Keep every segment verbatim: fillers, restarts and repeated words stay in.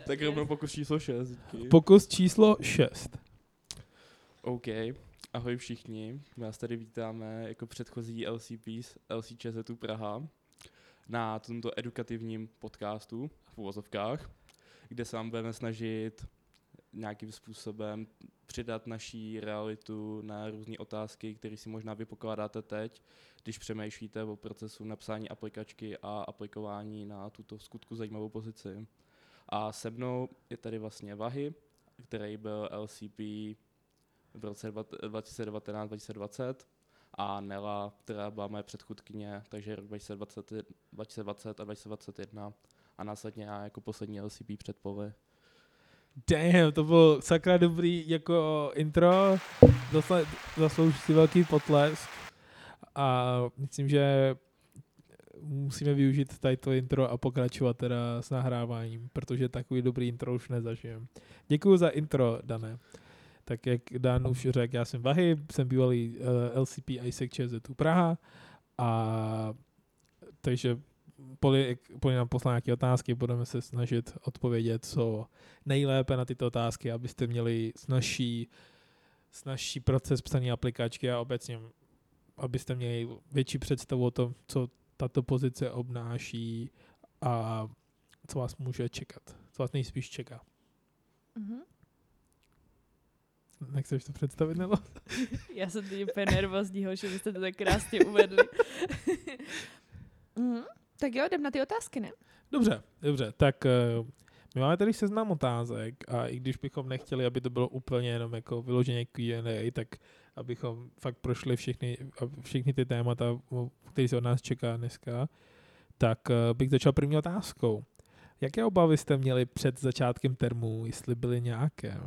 Tak rovnou pokus číslo šest. Díky. Pokus číslo šest. OK. Ahoj všichni. My vás tady vítáme jako předchozí L C P z L C Č Z Praha na tomto edukativním podcastu v uvozovkách, kde se vám budeme snažit nějakým způsobem přidat naší realitu na různé otázky, které si možná vy pokládáte teď, když přemýšlíte o procesu napsání aplikačky a aplikování na tuto skutku zajímavou pozici. A se mnou je tady vlastně Vahy, který byl L C P v roce dva tisíce devatenáct dva tisíce dvacet a Nela, která byla moje předchůdkyně, takže rok dva tisíce dvacet, dva tisíce dvacet a dva tisíce dvacet jedna a následně já jako poslední L C P před Povy. Damn, to bylo sakra dobrý jako intro, Zasla, zaslouží si velký potlesk a myslím, že musíme využít tady to intro a pokračovat teda s nahráváním, protože takový dobrý intro už nezažijem. Děkuju za intro, Dané. Tak jak Dan už řekl, já jsem Vahy, jsem bývalý uh, L C P I S E C ČZ Praha a takže Poli, Poli nám poslal nějaké otázky, budeme se snažit odpovědět co nejlépe na tyto otázky, abyste měli snažší, snažší proces psaní aplikačky a obecně abyste měli větší představu o tom, co tato pozice obnáší a co vás může čekat, co vás nejspíš čeká. Mm-hmm. Nechceš to představit, nebo? Já jsem teď úplně nervózní, že byste to tak krásně uvedli. mm-hmm. Tak jo, jdem na ty otázky, ne? Dobře, dobře. Tak uh, my máme tady seznam otázek a i když bychom nechtěli, aby to bylo úplně jenom jako vyloženě Q and A, tak abychom fakt prošli všechny, všechny ty témata, které se od nás čeká dneska, tak uh, bych začal první otázkou. Jaké obavy jste měli před začátkem termů, jestli byly nějaké?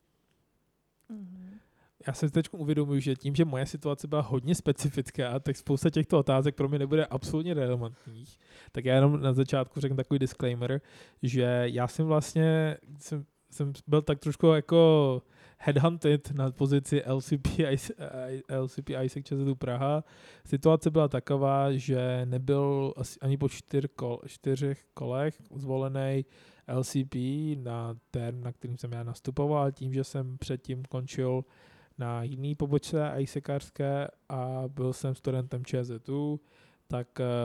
Mm-hmm. Já se teď uvědomuji, že tím, že moje situace byla hodně specifická, tak spousta těchto otázek pro mě nebude absolutně relevantních. Tak já jenom na začátku řeknu takový disclaimer, že já jsem vlastně jsem, jsem byl tak trošku jako headhunted na pozici L C P L C P I S E C ČZ Praha. Situace byla taková, že nebyl asi ani po čtyř kol, čtyřech kolech zvolený L C P na term, na kterým jsem já nastupoval, tím, že jsem předtím končil na jiný pobočce ISECářské a byl jsem studentem ČZU, tak,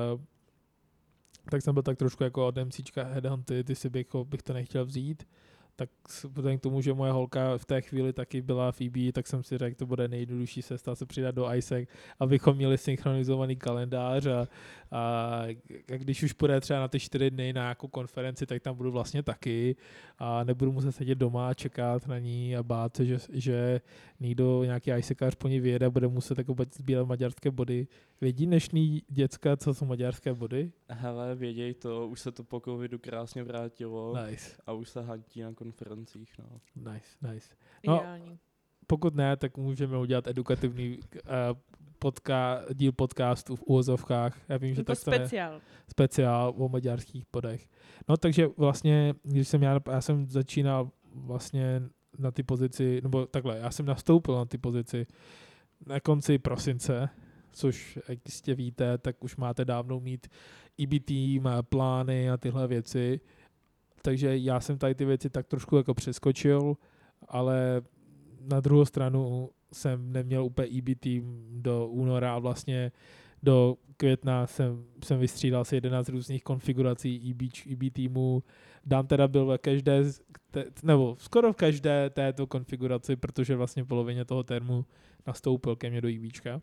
tak jsem byl tak trošku jako od MCčka headhunted, jestli bych, bych to nechtěl vzít. Tak vzhledem k tomu, že moje holka v té chvíli taky byla v I B, tak jsem si řekl, to bude nejjednodušší cesta se přidat do I S E C, abychom měli synchronizovaný kalendář a, a, a když už půjde třeba na ty čtyři dny na nějakou konferenci, tak tam budu vlastně taky a nebudu muset sedět doma a čekat na ní a bát se, že, že někdo, nějaký ISECář po ní vyjede a bude muset jako sbírat maďarské body. Vědí dnešní děcka, co jsou maďarské body? Hele, věděj to, už se to po covidu krásně vrátilo. Nice. A už se hantí na konferencích, no. Nice, nice. No, Ideální. pokud ne, tak můžeme udělat edukativní uh, podka- díl podcastu v úvozovkách. Já vím, že to tak speciál. speciál o maďarských bodech. No takže vlastně, když jsem já, já jsem začínal vlastně na ty pozici, nebo takhle, já jsem nastoupil na ty pozici na konci prosince, což, jak jistě víte, tak už máte dávno mít I B tým, plány a tyhle věci. Takže já jsem tady ty věci tak trošku jako přeskočil, ale na druhou stranu jsem neměl úplně I B tým do února a vlastně do května jsem, jsem vystřídal asi jedenáct různých konfigurací I B, I B týmu. Dan teda byl ve každé, nebo skoro v každé této konfiguraci, protože vlastně v polovině toho termu nastoupil ke mně do IBčka.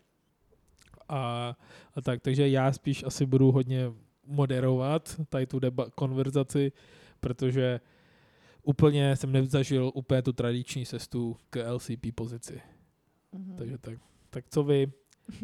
A, a tak, takže já spíš asi budu hodně moderovat tady tu deba- konverzaci, protože úplně jsem nezažil úplně tu tradiční cestu k L C P pozici. Mm-hmm. Takže tak, tak co vy?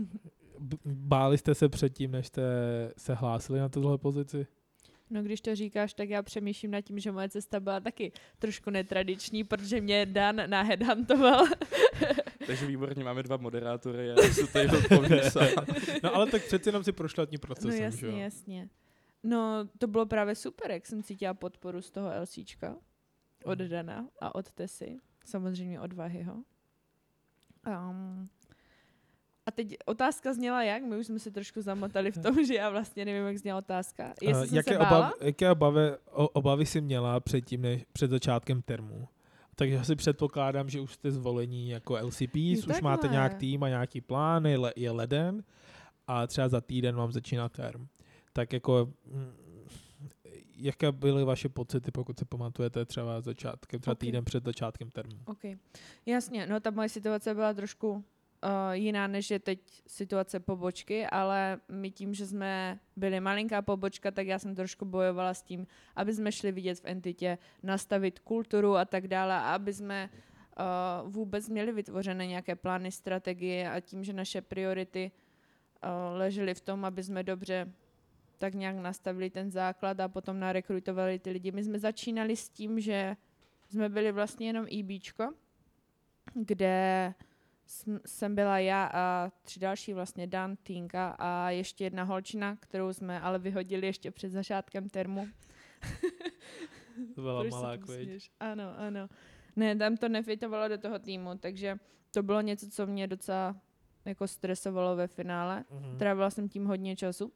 Báli jste se předtím, než jste se hlásili na tuhle pozici? No když to říkáš, tak já přemýšlím nad tím, že moje cesta byla taky trošku netradiční, protože mě Dan naheadhuntoval. Takže výborně, máme dva moderátory a jsou tady odpověď sám. No ale tak přeci jenom si prošla tím procesem, No jasně, že jo? jasně. No to bylo právě super, jak jsem cítila podporu z toho LCčka od Dana a od Tesy, samozřejmě od Vahyho. Um, A teď otázka zněla jak? My už jsme se trošku zamotali v tom, že já vlastně nevím, jak zněla otázka. Jestli Uh, jsem jaké se bála? Obav, jaké obavy, o, obavy jsi měla předtím, než, před začátkem termu? Takže asi předpokládám, že už jste zvolení jako L C P, Jo, už máte takhle. nějak tým a nějaký plán, je, le, je leden a třeba za týden vám začíná term. Tak jako, mm, jaké byly vaše pocity, pokud se pamatujete třeba začátkem, třeba Ok. týden před začátkem termu? OK. Jasně, no ta moje situace byla trošku uh, jiná, než je teď situace pobočky, ale my tím, že jsme byli malinká pobočka, tak já jsem trošku bojovala s tím, aby jsme šli vidět v entitě, nastavit kulturu a tak dále, a aby jsme uh, vůbec měli vytvořené nějaké plány, strategie, a tím, že naše priority uh, ležely v tom, aby jsme dobře tak nějak nastavili ten základ a potom narekrutovali ty lidi. My jsme začínali s tím, že jsme byli vlastně jenom IBčko, kde sm- jsem byla já a tři další, vlastně Dan, Tinka a ještě jedna holčina, kterou jsme ale vyhodili ještě před začátkem termu. To byla Proč se malá tomu kvěť. směješ? Ano, ano. Ne, tam to nefitovalo do toho týmu, takže to bylo něco, co mě docela jako stresovalo ve finále. Mhm. Trávila jsem tím hodně času.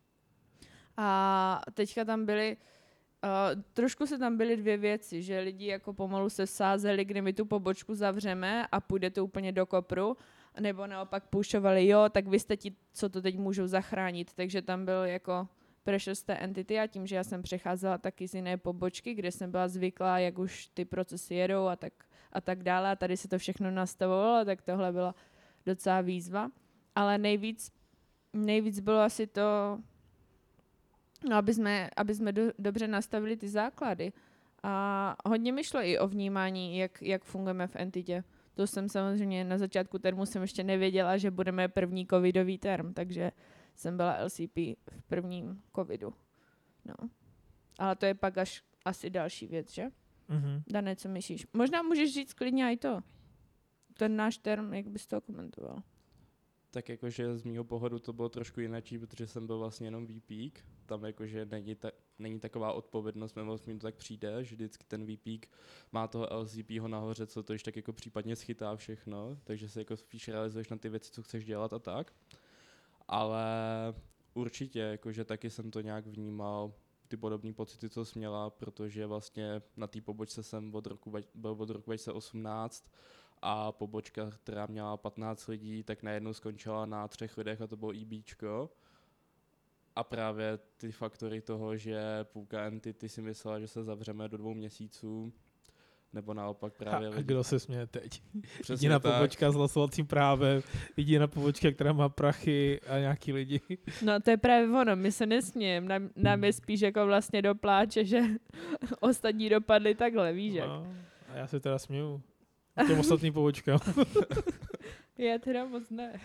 A teďka tam byly, uh, trošku se tam byly dvě věci, že lidi jako pomalu se vsázeli, kdy my tu pobočku zavřeme a půjde to úplně do kopru, nebo naopak pušovali, jo, tak vy jste ti, co to teď můžou zachránit. Takže tam byl jako pressure z té entity a tím, že já jsem přecházela taky z jiné pobočky, kde jsem byla zvyklá, jak už ty procesy jedou a tak, a tak dále, a tady se to všechno nastavovalo, tak tohle byla docela výzva. Ale nejvíc, nejvíc bylo asi to, no, aby jsme, aby jsme do, dobře nastavili ty základy. A hodně mi šlo i o vnímání, jak, jak fungujeme v entitě. To jsem samozřejmě na začátku termu jsem ještě nevěděla, že budeme první covidový term, takže jsem byla L C P v prvním covidu. No. Ale to je pak až asi další věc, že? Mhm. Dané, co myslíš? Možná můžeš říct klidně i to. Ten náš term, jak bys to komentoval? Tak jakože z mýho pohledu to bylo trošku jináčí, protože jsem byl vlastně jenom V P. Tam jakože není, ta, není taková odpovědnost, nebo mi to tak přijde, že vždycky ten V P má toho L C P ho nahoře, co to již tak jako případně schytá všechno, takže se jako spíš realizuješ na ty věci, co chceš dělat a tak. Ale určitě, jakože taky jsem to nějak vnímal, ty podobné pocity, co jsi měla, protože vlastně na té pobočce jsem od roku, byl od roku dva tisíce osmnáct a pobočka, která měla patnáct lidí, tak najednou skončila na třech lidech a to bylo IBčko. A právě ty faktory toho, že půlka entity si myslela, že se zavřeme do dvou měsíců, nebo naopak právě... A, a lidi- kdo se směje teď? Přesně Jediná tak. pobočka s hlasovacím právem, jediná pobočka, která má prachy a nějaký lidi. No to je právě ono, my se nesmějeme, nám, nám je spíš jako vlastně do pláče, že ostatní dopadli takhle, víš jak. No, a já se teda směju. Těm ostatním pobočkám. Já teda moc ne.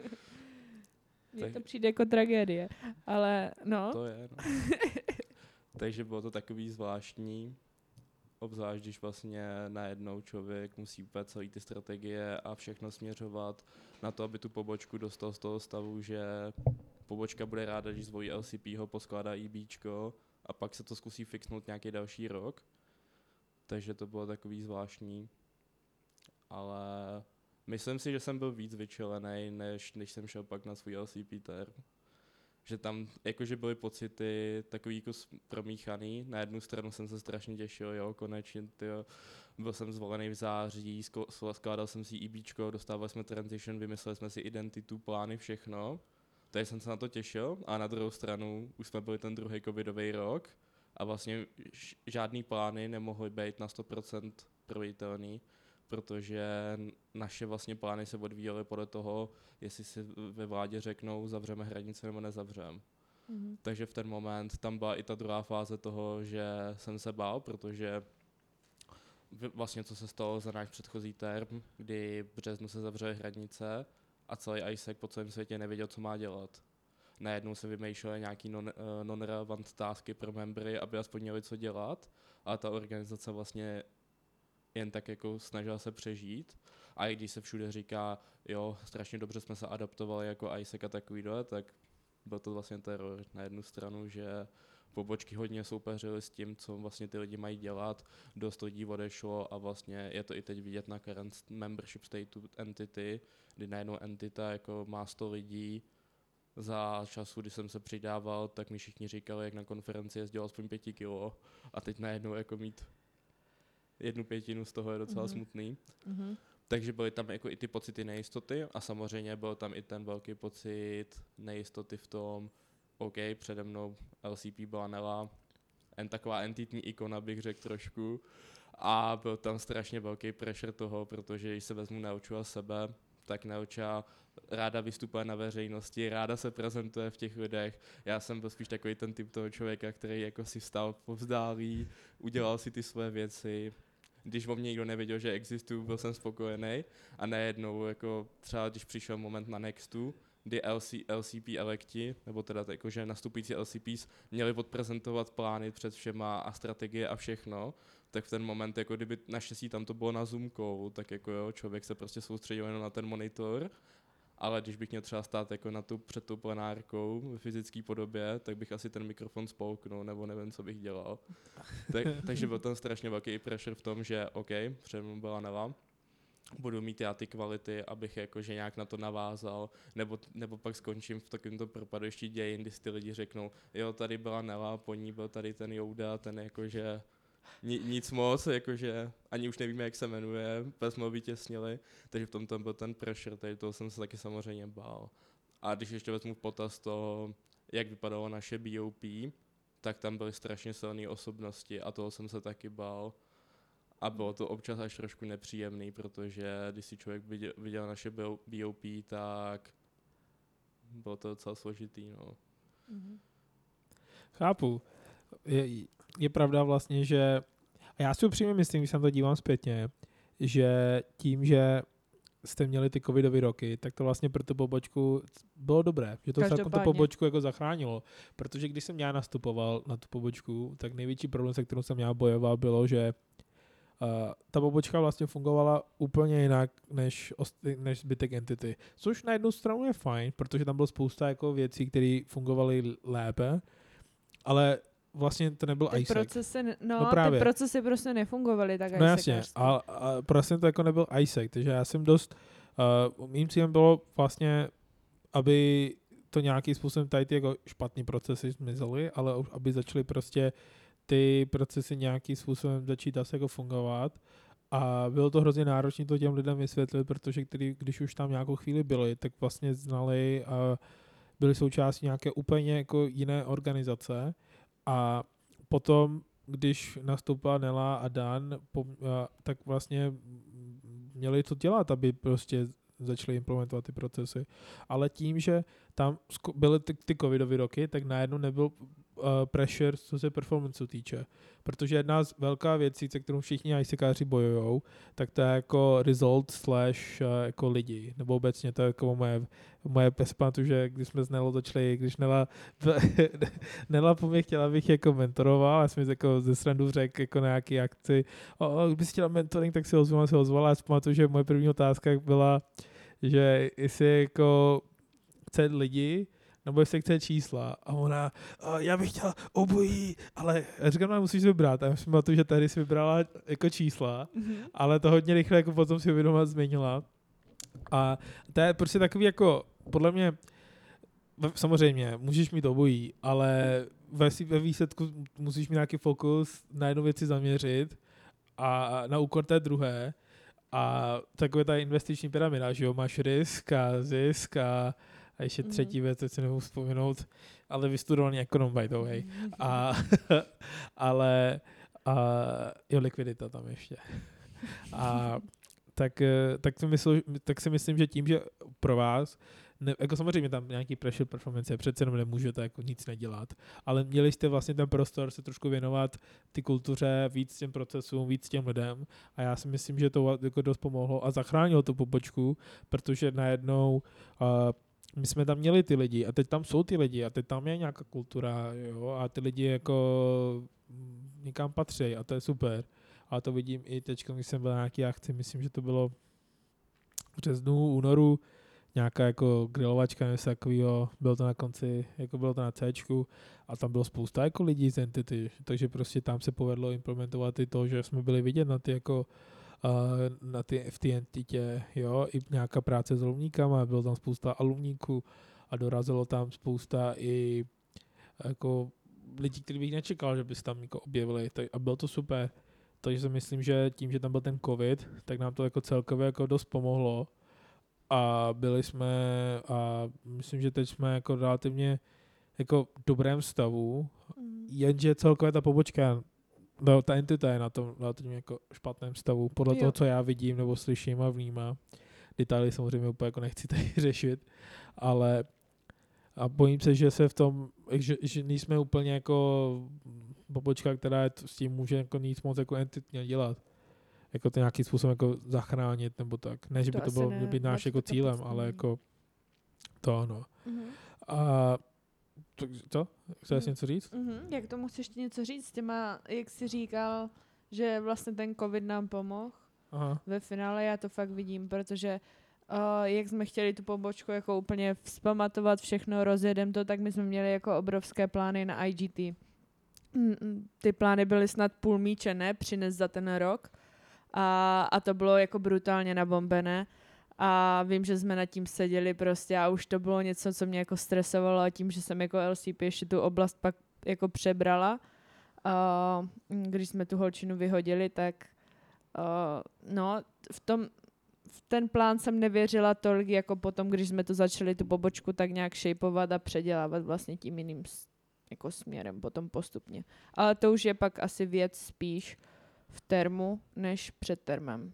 Mně Tak- to přijde jako tragédie, ale no. To je, no. Takže bylo to takový zvláštní, obzvlášť když vlastně najednou člověk musí úplně celý ty strategie a všechno směřovat na to, aby tu pobočku dostal z toho stavu, že pobočka bude ráda, když zvolí L C P ho, poskládá IBčko a pak se to zkusí fixnout nějaký další rok. Takže to bylo takový zvláštní. Ale myslím si, že jsem byl víc vyčelený, než když jsem šel pak na svůj L C P term. Že tam jakože byly pocity takový jako s- promíchaný. Na jednu stranu jsem se strašně těšil, jo, konečně, tyjo, byl jsem zvolený v září, sko- sl- skládal jsem si IBčko, dostávali jsme transition, vymysleli jsme si identitu, plány, všechno. Takže jsem se na to těšil a na druhou stranu už jsme byli ten druhý covidový rok a vlastně ž- žádný plány nemohly být na sto procent proveditelný, protože naše vlastně plány se odvíjely podle toho, jestli si ve vládě řeknou, zavřeme hranice nebo nezavřeme. Mhm. Takže v ten moment tam byla i ta druhá fáze toho, že jsem se bál, protože v- vlastně co se stalo za náš předchozí term, kdy v březnu se zavřely hranice a celý I S E C po celém světě nevěděl, co má dělat. Najednou se vymýšlely nějaký non, uh, non-relevant tasky pro membry, aby aspoň měli co dělat, a ta organizace vlastně jen tak jako snažila se přežít. A i když se všude říká, jo, strašně dobře jsme se adaptovali jako I S E C a takovýhle, tak byl to vlastně teror na jednu stranu, že pobočky hodně soupeřily s tím, co vlastně ty lidi mají dělat, dost lidí odešlo a vlastně je to i teď vidět na current membership stateu entity, kdy najednou entita jako má sto lidí, za času, kdy jsem se přidával, tak mi všichni říkali, jak na konferenci jezdil aspoň pěti kilo a teď najednou jako mít jednu pětinu z toho je docela mm-hmm. smutný. Mm-hmm. Takže byly tam jako i ty pocity nejistoty a samozřejmě byl tam i ten velký pocit nejistoty v tom, OK, přede mnou L C P byla Nela, jen taková entitní ikona bych řekl trošku a byl tam strašně velký pressure toho, protože když se vezmu Neoču a sebe, tak Neoča ráda vystupuje na veřejnosti, ráda se prezentuje v těch lidech. Já jsem byl spíš takový ten typ toho člověka, který jako si vstal povzdálí, udělal si ty své věci. Když o mě nikdo nevěděl, že existuju, byl jsem spokojený a najednou jako třeba když přišel moment na Nextu, kdy L C, L C P elekti, nebo teda jako, že nastupující L C Ps měli odprezentovat plány před všema a strategie a všechno, tak v ten moment, jako kdyby naštěstí tam to bylo na Zoom call, tak jako jo, člověk se prostě soustředil jenom na ten monitor, ale když bych měl třeba stát jako na tu, před tou plenárkou v fyzické podobě, tak bych asi ten mikrofon spolknul, nebo nevím, co bych dělal. tak, takže byl tam strašně velký pressure v tom, že OK, před mnou byla Nela, budu mít já ty kvality, abych jakože nějak na to navázal, nebo, nebo pak skončím v takovémto propadešti dějin, kdy si ty lidi řeknou, jo, tady byla Nela, po ní byl tady ten Jouda, ten jakože Ni, nic moc, jakože ani už nevíme, jak se jmenuje, bez jsme ho vytěsnili, takže v tom tam byl ten pressure, tady toho jsem se taky samozřejmě bál. A když ještě vezmu v potaz to, jak vypadalo naše B O P, tak tam byly strašně silné osobnosti a toho jsem se taky bál. A bylo to občas až trošku nepříjemný, protože když si člověk viděl, viděl naše B O P, tak bylo to docela složitý. No. Mm-hmm. Chápu. Je, je pravda vlastně, že a já si upřímně myslím, když se to dívám zpětně, že tím, že jste měli ty covidové roky, tak to vlastně pro tu pobočku bylo dobré, že to celkem tu pobočku jako zachránilo, protože když jsem já nastupoval na tu pobočku, tak největší problém, se kterým jsem já bojoval, bylo, že uh, ta pobočka vlastně fungovala úplně jinak než, než zbytek entity, což na jednu stranu je fajn, protože tam bylo spousta jako věcí, které fungovaly lépe, ale vlastně to nebyl ty I S E C. Procesy, no, no právě. Ty procesy prostě nefungovaly tak. No jasně, a, a prostě to jako nebyl I S E C, takže já jsem dost, uh, mým cílem bylo vlastně, aby to nějakým způsobem tady ty jako špatný procesy zmizely, ale aby začaly prostě ty procesy nějakým způsobem začít asi jako fungovat. A bylo to hrozně náročné to těm lidem vysvětlit, protože který, když už tam nějakou chvíli byli, tak vlastně znali a byli součástí nějaké úplně jako jiné organizace. A potom, když nastoupila Nela a Dan, tak vlastně měli to dělat, aby prostě začali implementovat ty procesy. Ale tím, že tam byly ty, ty covidové roky, tak najednou nebyl uh, pressure, co se performance týče. Protože jedna z velká věcí, se kterou všichni ICkáři bojujou, tak to je jako result slash uh, jako lidi. Nebo obecně to je jako moje, moje pespamatu, že když jsme s Nelou začali, když Nela, Nela po mě chtěla, abych jako mentoroval, já jsem mi jako ze srandu řekl jako na nějaký akci, o, kdyby si chtěla mentoring, tak si ozvala, si ozvala. Já si pamatuju, že moje první otázka byla, že jestli jako chce lidi, nebo jestli chce čísla. A ona, já bych chtěla obojí, ale říkám, no, musíš vybrat. A já si pamatuju, že tady si vybrala jako čísla, mm-hmm. ale to hodně rychle jako potom si uvědomila změnila. A to je prostě takový jako, podle mě, samozřejmě, můžeš mít obojí, ale ve, ve výsledku musíš mít nějaký fokus, na jednu věci zaměřit a na úkor té druhé. A takové ta investiční pyramida, že jo, máš risk a zisk a, a ještě mm. třetí věc, teď si nemohu vzpomenout, ale vystudovaný ekonom, by the way. Mm. A, ale a, jo, likvidita tam ještě. A tak, tak, si myslím, tak si myslím, že tím, že pro vás, ne, jako samozřejmě tam nějaký pressure performance, přece jenom nemůžete jako nic nedělat, ale měli jste vlastně ten prostor se trošku věnovat ty kultuře, víc těm procesům, víc těm lidem a já si myslím, že to jako dost pomohlo a zachránilo tu pobočku, protože najednou uh, my jsme tam měli ty lidi a teď tam jsou ty lidi a teď tam je nějaká kultura, jo, a ty lidi jako někam patří a to je super. A to vidím i teď, když jsem byl na nějaký akci, myslím, že to bylo v březnu, únoru, nějaká jako grilovačka, něco takového, bylo to na konci, jako bylo to na Cčku a tam bylo spousta jako lidí z Entity, takže prostě tam se povedlo implementovat i to, že jsme byli vidět na ty jako uh, na ty, v té entitě, jo, i nějaká práce s alumníkama, bylo tam spousta alumníků a dorazilo tam spousta i jako lidí, kteří bych nečekal, že by se tam jako objevili, tak, a bylo to super. Takže si myslím, že tím, že tam byl ten covid, tak nám to jako celkově jako dost pomohlo a byli jsme a myslím, že teď jsme jako relativně jako v dobrém stavu, Mm. jenže celkově ta pobočka, no, ta entita je na tom relativně jako špatném stavu, podle Jo. toho, co já vidím nebo slyším a vnímám. Detaily samozřejmě úplně jako nechci tady řešit, ale a bojím se, že se v tom, že, že nejsme úplně jako pobočka, která je t- s tím může jako nic moc jako entitně dělat. Jako to nějakým způsobem jako zachránit nebo tak. Ne, že To by to asi bylo ne, měl být náš máte jako to cílem, kapacitní. ale jako to ano. Mhm. A to, co? Chceš Mhm. něco říct? Mhm. Jak tomu chceš ještě něco říct s těma, jak jsi říkal, že vlastně ten covid nám pomohl? Aha. Ve finále já to fakt vidím, protože uh, jak jsme chtěli tu pobočku jako úplně vzpamatovat všechno, rozjedem to, tak my jsme měli jako obrovské plány na I G T. Mm, mm, Ty plány byly snad půl míče, ne? Přines za ten rok. A, a to bylo jako brutálně nabombené. A vím, že jsme nad tím seděli prostě a už to bylo něco, co mě jako stresovalo a tím, že jsem jako L C P ještě tu oblast pak jako přebrala. Uh, když jsme tu holčinu vyhodili, tak uh, no, v tom v ten plán jsem nevěřila tolik, jako potom, když jsme to začali tu pobočku tak nějak shapeovat a předělávat vlastně tím jiným s- jako směrem potom postupně. Ale to už je pak asi věc spíš v termu, než před termem.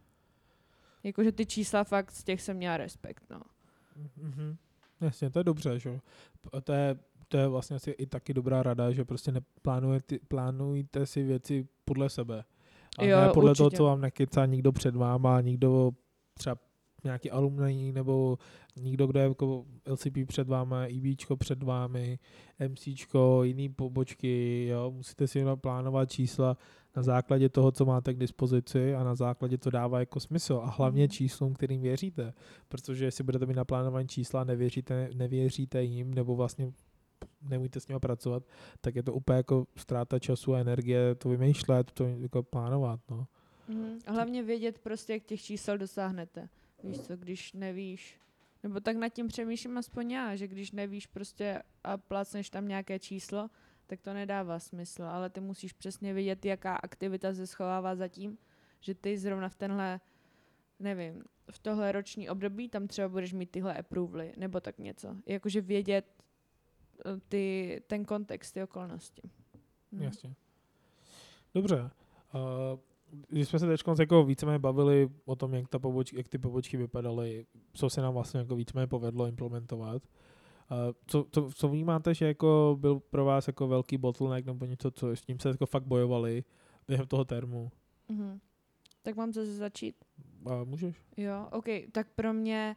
Jakože ty čísla fakt, z těch jsem měla respekt, no. Mhm. Jasně, to je dobře, že jo. P- To je, to je vlastně asi i taky dobrá rada, že prostě neplánujete, plánujte si věci podle sebe. A Jo, ne podle určitě. toho, co vám nekecá nikdo před váma, nikdo třeba nějaký alumní, nebo nikdo, kdo je jako L C P před vámi, IBčko před vámi, MCčko, jiný pobočky, jo. Musíte si plánovat čísla na základě toho, co máte k dispozici a na základě to dává jako smysl. A hlavně Mhm. číslům, kterým věříte. Protože jestli budete mít naplánované čísla a nevěříte, nevěříte jim, nebo vlastně nemůžete s nimi pracovat, tak je to úplně jako ztráta času a energie to vymýšlet, to jako plánovat, no. Mhm. Hlavně vědět prostě, jak těch čísel dosáhnete. Víš co, když nevíš, nebo tak nad tím přemýšlím aspoň já, že když nevíš prostě a plácneš tam nějaké číslo, tak to nedává smysl, ale ty musíš přesně vědět, jaká aktivita se schovává za tím, že ty zrovna v tenhle, nevím, v tohle roční období tam třeba budeš mít tyhle approvaly, nebo tak něco. Jakože vědět eh, ty, ten kontext, ty okolnosti. Mhm. Jasně. Dobře. Uh, když jsme se teď jako víceméně bavili o tom, jak, ta pobočky, jak ty pobočky vypadaly, co se nám vlastně jako víceméně povedlo implementovat. Uh, co, co, co vnímáte, že jako byl pro vás jako velký bottleneck nebo něco, co s tím se jako fakt bojovali během toho termu? Mhm. Tak mám zase začít? Uh, můžeš? Jo, OK, tak pro mě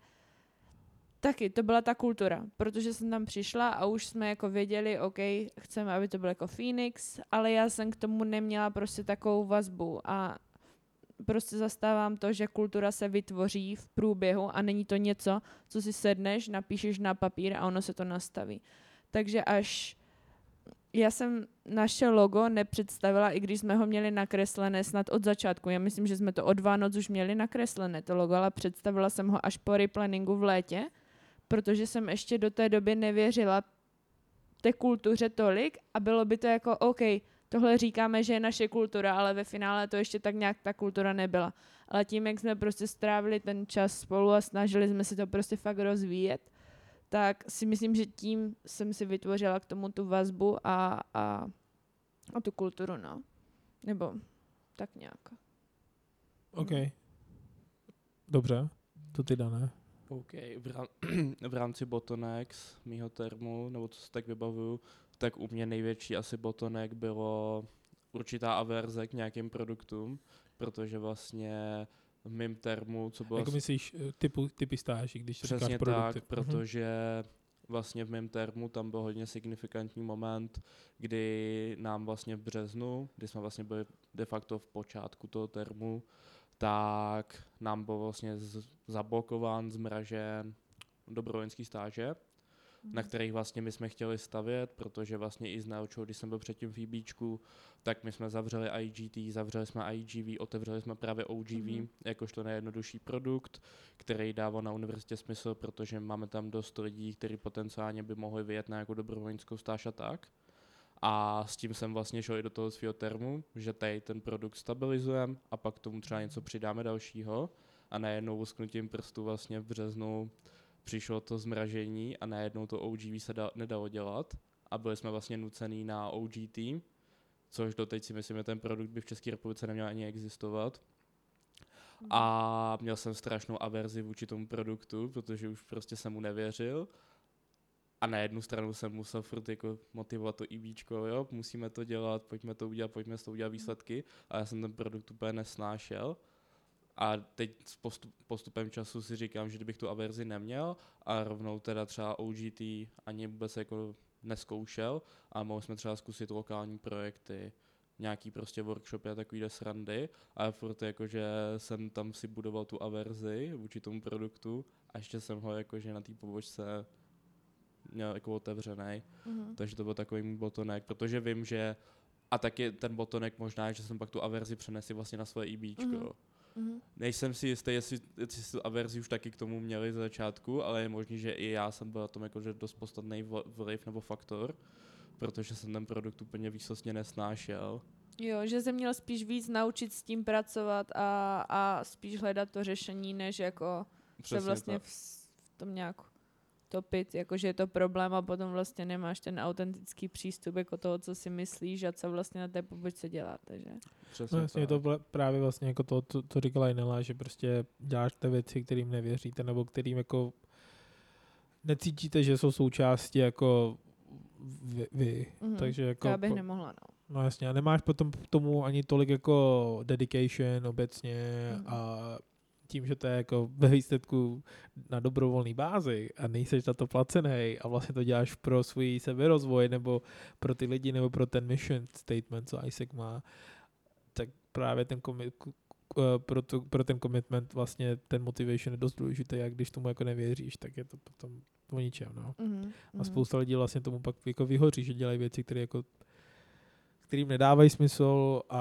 taky to byla ta kultura, protože jsem tam přišla a už jsme jako věděli, OK, chceme, aby to byl jako Phoenix, ale já jsem k tomu neměla prostě takovou vazbu a prostě zastávám to, že kultura se vytvoří v průběhu a není to něco, co si sedneš, napíšeš na papír a ono se to nastaví. Takže až já jsem naše logo nepředstavila, i když jsme ho měli nakreslené snad od začátku. Já myslím, že jsme to od Vánoc už měli nakreslené, to logo, ale představila jsem ho až po replanningu v létě, protože jsem ještě do té doby nevěřila té kultuře tolik a bylo by to jako OK, tohle říkáme, že je naše kultura, ale ve finále to ještě tak nějak ta kultura nebyla. Ale tím, jak jsme prostě strávili ten čas spolu a snažili jsme si to prostě fakt rozvíjet, tak si myslím, že tím jsem si vytvořila k tomu tu vazbu a, a, a tu kulturu, no. Nebo tak nějak. OK. Dobře. To ty, Dané. OK, v, rám- v rámci bottlenecks mýho termu, nebo co si tak vybavuju, tak u mě největší asi bottleneck bylo určitá averze k nějakým produktům, protože vlastně v mém termu, co bylo... Jako myslíš eh, typu, typy stáží, když říkáš Přesně produkty? tak, protože vlastně v mém termu tam byl hodně signifikantní moment, kdy nám vlastně v březnu, kdy jsme vlastně byli de facto v počátku toho termu, tak nám byl vlastně z- zablokován, zmražen dobrovolnické stáže, Mhm. na kterých vlastně my jsme chtěli stavět, protože vlastně i z Naučou, když jsem byl předtím v IBčku, tak my jsme zavřeli I G T, zavřeli jsme I G V, otevřeli jsme právě O G V, Mhm. jakožto nejjednodušší produkt, který dává na univerzitě smysl, protože máme tam dost lidí, kteří potenciálně by mohli vyjet na nějakou dobrovolnickou stáž a tak. A s tím jsem vlastně šel i do toho svého termu, že tady ten produkt stabilizujeme a pak k tomu třeba něco přidáme dalšího a najednou lusknutím prstu vlastně v březnu přišlo to zmražení a najednou to O G V se da, nedalo dělat a byli jsme vlastně nucený na O G T, což doteď si myslím, že ten produkt by v České republice neměl ani existovat. Mhm. A měl jsem strašnou averzi vůči tomu produktu, protože už prostě jsem mu nevěřil. A na jednu stranu jsem musel furt jako motivovat to IBčko, jo, musíme to dělat, pojďme to udělat, pojďme s toho udělat výsledky. A já jsem ten produkt úplně nesnášel. A teď s postup, postupem času si říkám, že kdybych tu averzi neměl a rovnou teda třeba O G T ani vůbec jako neskoušel a mohli jsme třeba zkusit lokální projekty, nějaký prostě workshopy a takovýhle srandy, ale furt jakože jsem tam si budoval tu averzi vůči tomu produktu a ještě jsem ho jakože na té pobočce měl jako otevřený, Mhm. takže to byl takový můj botonek, protože vím, že a taky ten botonek možná, že jsem pak tu averzi přenesl vlastně na svoje IBčko. Mhm. Mhm. Nejsem si jistý, jestli, jestli tu averzi už taky k tomu měli ze začátku, ale je možný, že i já jsem byl na tom jakože dost podstatný vliv nebo faktor, protože jsem ten produkt úplně výsostně nesnášel. Jo, že se měl spíš víc naučit s tím pracovat a, a spíš hledat to řešení, než jako Přesně se vlastně tak. v, s- v tom nějak topit, jakože je to problém a potom vlastně nemáš ten autentický přístup jako toho, co si myslíš a co vlastně na té pobočce dělá, takže. Přesně No jasně, je tak. to vle- právě vlastně jako to, co, co říkala Inela, že prostě děláš ty věci, kterým nevěříte, nebo kterým jako necítíte, že jsou součástí jako vy. vy. Mhm. Takže To jako já bych po- nemohla, no. No jasně, a nemáš potom k tomu ani tolik jako dedication obecně Mhm. a tím, že to je jako ve výsledku na dobrovolné bázi a nejseš za to placený a vlastně to děláš pro svůj seberozvoj nebo pro ty lidi nebo pro ten mission statement, co Isaac má, tak právě ten komi- k- k- pro, to, pro ten commitment vlastně ten motivation je dost důležitý a když tomu jako nevěříš, tak je to potom o ničem, no. Mhm. A Mhm. spousta lidí vlastně tomu pak jako vyhoří, že dělají věci, které jako kterým nedávají smysl a,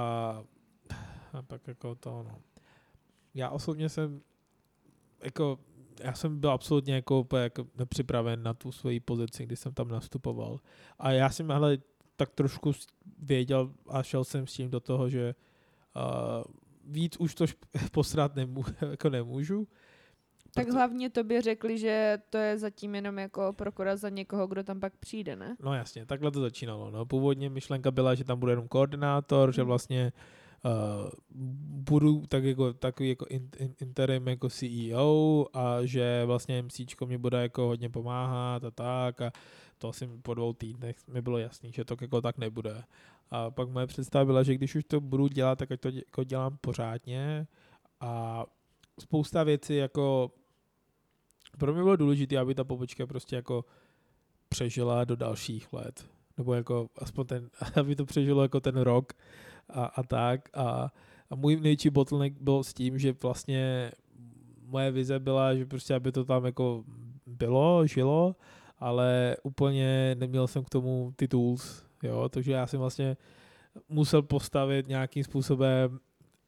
a pak jako to, no. Já osobně jsem jako, já jsem byl absolutně jako, úplně jako nepřipraven na tu svoji pozici, když jsem tam nastupoval. A já jsem ale tak trošku s- věděl a šel jsem s tím do toho, že uh, víc už to šp- posrat nemů, jako nemůžu. Tak proto- hlavně tobě řekli, že to je zatím jenom jako prokura za někoho, kdo tam pak přijde, ne? No jasně, takhle to začínalo. No. Původně myšlenka byla, že tam bude jenom koordinátor, že Hmm. vlastně uh, budu tak jako, takový jako in, in, interim jako C E O a že vlastně MCčko mě bude jako hodně pomáhat a tak a to asi po dvou týdnech mi bylo jasný, že to jako tak nebude. A pak moje představa byla, že když už to budu dělat, tak ať to dě, jako dělám pořádně a spousta věcí jako pro mě bylo důležité, aby ta pobočka prostě jako přežila do dalších let. Nebo jako aspoň ten, aby to přežilo jako ten rok a, a tak. A, a můj největší bottleneck byl s tím, že vlastně moje vize byla, že prostě aby to tam jako bylo, žilo, ale úplně neměl jsem k tomu ty tools, jo, takže já jsem vlastně musel postavit nějakým způsobem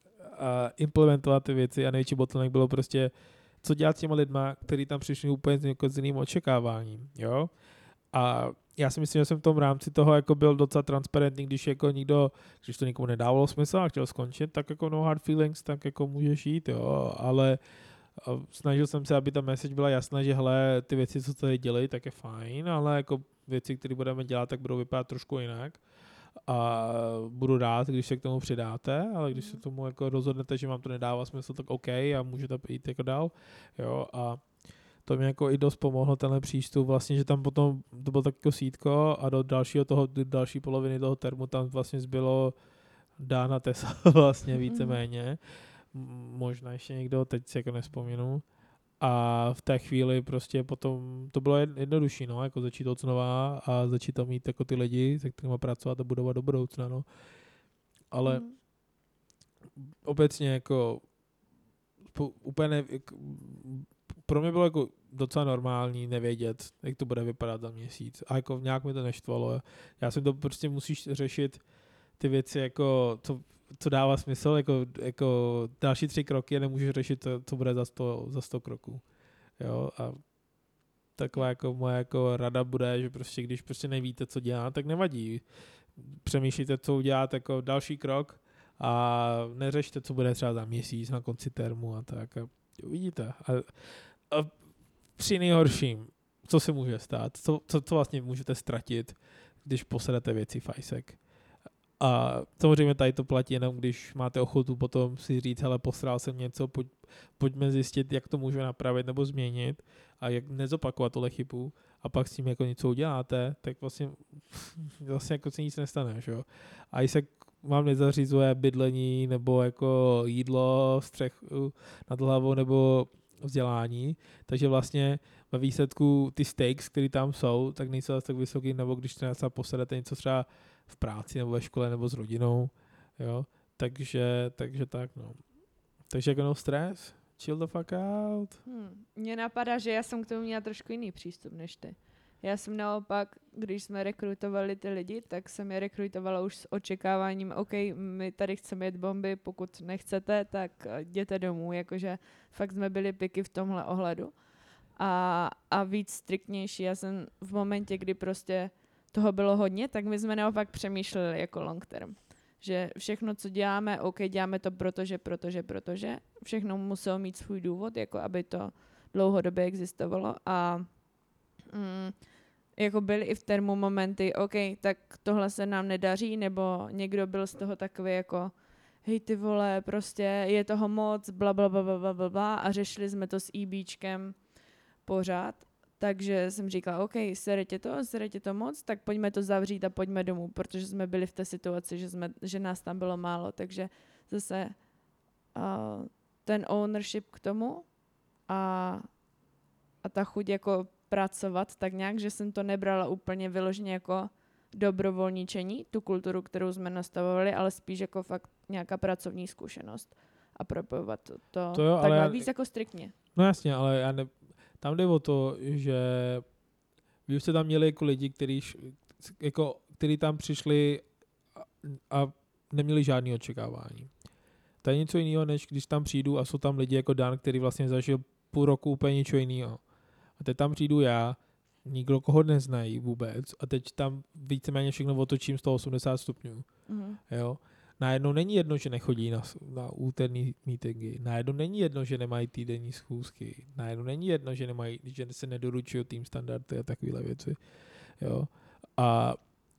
a implementovat ty věci a největší bottleneck bylo prostě co dělat s těma lidma, kteří tam přišli úplně s, jako s jiným očekáváním, jo. A já si myslím, že jsem v tom rámci toho jako byl docela transparentní, když jako nikdo, když to nikomu nedávalo smysl a chtěl skončit, tak jako no hard feelings, tak jako můžeš jít, jo, ale a snažil jsem se, aby ta message byla jasná, že hele, ty věci, co tady dělají, tak je fajn, ale jako věci, které budeme dělat, tak budou vypadat trošku jinak. A budu rád, když se k tomu přidáte, ale když se k tomu jako rozhodnete, že vám to nedává smysl, tak OK a můžete jít jako dál, jo, a to mě jako i dost pomohlo tenhle přístup, vlastně, že tam potom to bylo tak jako sítko a do dalšího toho, do další poloviny toho termu tam vlastně zbylo Dana Tesa vlastně víceméně, M- možná ještě někdo, teď si jako nespomínu. A v té chvíli prostě potom to bylo jed- jednodušší, no, jako začít od znova a začít tam mít jako ty lidi, se kterými pracovat a budovat do budoucna, no. Ale Mhm. obecně jako po, úplně ne, jako, pro mě bylo jako docela normální nevědět, jak to bude vypadat za měsíc. A jako nějak mi to neštvalo. Já jsem to prostě musíš řešit ty věci jako, co, co dává smysl, jako, jako další tři kroky a nemůžeš řešit to, co bude za sto, za sto kroků. Jo, a taková jako moje jako rada bude, že prostě když prostě nevíte, co dělat, tak nevadí. Přemýšlíte, co udělat jako další krok a neřešte, co bude třeba za měsíc na konci termu a tak. A uvidíte. A, a při nejhorším, co se může stát, co, co, co vlastně můžete ztratit, když posedete věci fajsek. A samozřejmě tady to platí jenom, když máte ochotu potom si říct, hele, posral jsem něco, pojď, pojďme zjistit, jak to můžu napravit nebo změnit a jak nezopakovat tohle chybu a pak s tím jako něco uděláte, tak vlastně, vlastně jako se nic nestane, že jo. A když se vám nezařizuje bydlení nebo jako jídlo, střechu nad hlavou nebo vzdělání, takže vlastně ve výsledku ty stakes, které tam jsou, tak nejsou tak vysoký, nebo když třeba posedete něco třeba v práci nebo ve škole nebo s rodinou, jo, takže, takže tak, no. Takže jako no stres, chill the fuck out. Hmm. Mně napadá, že já jsem k tomu měla trošku jiný přístup než ty. Já jsem naopak, když jsme rekrutovali ty lidi, tak jsem je rekrutovala už s očekáváním, OK, my tady chceme jet bomby, pokud nechcete, tak jděte domů, jakože fakt jsme byli piky v tomhle ohledu. A, a víc striktnější, já jsem v momentě, kdy prostě toho bylo hodně, tak my jsme naopak přemýšleli jako long term. Že všechno, co děláme, OK, děláme to protože, protože, protože. Všechno muselo mít svůj důvod, jako aby to dlouhodobě existovalo. A mm, jako byly i v termu momenty, OK, tak tohle se nám nedaří, nebo někdo byl z toho takový jako hej ty vole, prostě je toho moc, bla, bla, bla, bla, bla, bla, a řešili jsme to s EBčkem pořád. Takže jsem říkala, OK, sere tě to, sere tě to moc, tak pojďme to zavřít a pojďme domů, protože jsme byli v té situaci, že, jsme, že nás tam bylo málo. Takže zase uh, ten ownership k tomu a, a ta chuť jako pracovat tak nějak, že jsem to nebrala úplně vyloženě jako dobrovolničení, tu kulturu, kterou jsme nastavovali, ale spíš jako fakt nějaká pracovní zkušenost a propojovat to, to, to jo, takhle ale víc jako striktně. No jasně, ale já ne, tam jde o to, že vy už jste tam měli jako lidi, který, jako, který tam přišli a, a neměli žádné očekávání. To je něco jiného, než když tam přijdu a jsou tam lidi jako Dan, který vlastně zažil půl roku úplně něco jiného. A teď tam přijdu já, nikdo koho neznají vůbec a teď tam víceméně všechno otočím sto osmdesát stupňů. Mm. Jo? Najednou není jedno, že nechodí na, na úterní meetingy. Najednou není jedno, že nemají týdenní schůzky. Najednou není jedno, že, nemají, že se nedoručují tým standardy a takovéhle věci. Jo? A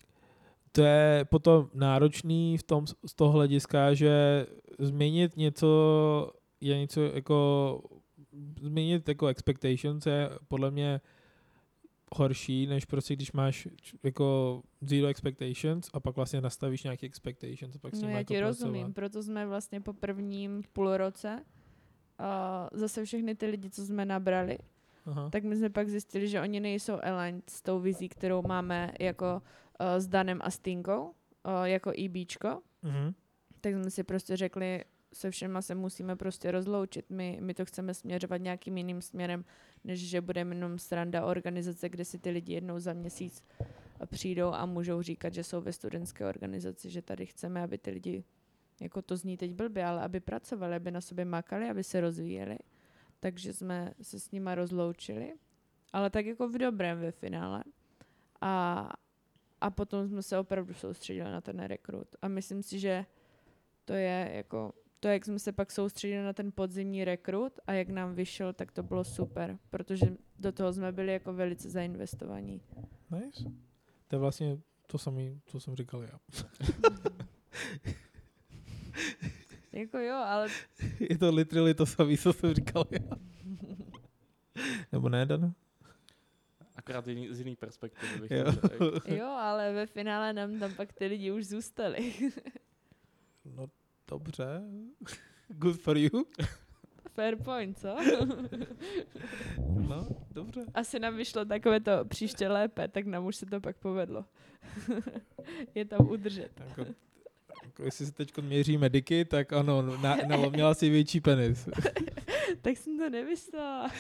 to je potom náročný v tom, z toho hlediska, že změnit něco je něco jako změnit jako expectations je podle mě horší, než prostě když máš jako zero expectations a pak vlastně nastavíš nějaké expectations a pak s no tím já jako ti pracovat. rozumím, proto jsme vlastně po prvním půlroce uh, zase všechny ty lidi, co jsme nabrali, Aha. tak my jsme pak zjistili, že oni nejsou aligned s tou vizí, kterou máme jako uh, s Danem a Stinkou, uh, jako EBčko. Mhm. Tak jsme si prostě řekli, se všema se musíme prostě rozloučit. My, my to chceme směřovat nějakým jiným směrem, než že budeme jenom sranda organizace, kde si ty lidi jednou za měsíc přijdou a můžou říkat, že jsou ve studentské organizaci, že tady chceme, aby ty lidi, jako to zní teď blbě, ale aby pracovali, aby na sobě makali, aby se rozvíjeli. Takže jsme se s nima rozloučili, ale tak jako v dobrém ve finále. A, a potom jsme se opravdu soustředili na ten rekrut. A myslím si, že to je jako to, jak jsme se pak soustředili na ten podzimní rekrut a jak nám vyšel, tak to bylo super, protože do toho jsme byli jako velice zainvestovaní. Nice. To je vlastně to samé, co jsem říkal já. Jako jo, ale... Je to literally to samé, co jsem říkal já. Nebo ne, Dana? Akorát jiný, z jiný perspektivy. Bych jo. jo, ale ve finále nám tam pak ty lidi už zůstali. No dobře. Good for you. Fair point, co? No, dobře. Asi nám vyšlo takové to příště lépe, tak nám už se to pak povedlo. Je tam udržet. Jako, jako jestli se teď měří mediky, tak ano, na, nalomila si větší penis. Tak jsem to nemyslela.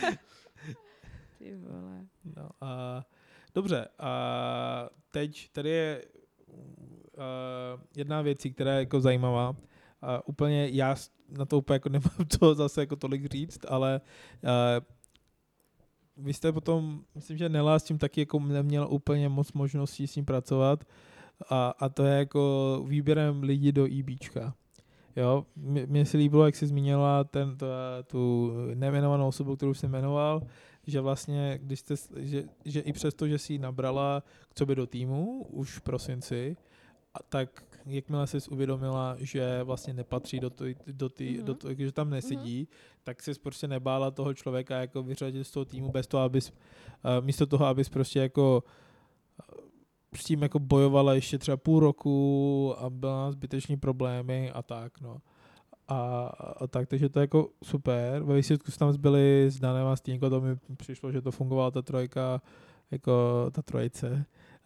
Ty vole. No, a, dobře, a teď tady je uh, jedna věc, která je jako zajímavá. Uh, úplně já na to úplně jako nemám to zase jako tolik říct, ale uh, vy jste potom, myslím, že Nela s tím taky jako neměl úplně moc možností s ním pracovat a, a to je jako výběrem lidí do IBčka. Jo, mně se líbilo, jak jsi zmínila ten, to, tu nejmenovanou osobu, kterou jsem jmenoval, že vlastně, když jste, že, že i přesto, že jsi ji nabrala k sobě do týmu už v prosinci, a tak jakmile jsi uvědomila, že vlastně nepatří do, to, do, ty, mm-hmm. do toho, že tam nesedí, mm-hmm. tak jsi prostě nebála toho člověka jako vyřadit z toho týmu bez toho, abys, uh, místo toho, abys prostě jako s tím jako bojovala ještě třeba půl roku a byla zbytečný problémy a tak, no. A, a tak, takže to je jako super. Ve výsledku tam zbyli s Danem a Stínko, to mi přišlo, že to fungovala ta trojka, jako ta trojice.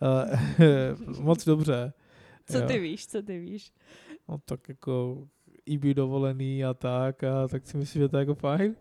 Uh, moc dobře. Co jo. ty víš, co ty víš? No tak jako I B dovolený a tak, a tak si myslím, že to je jako fajn.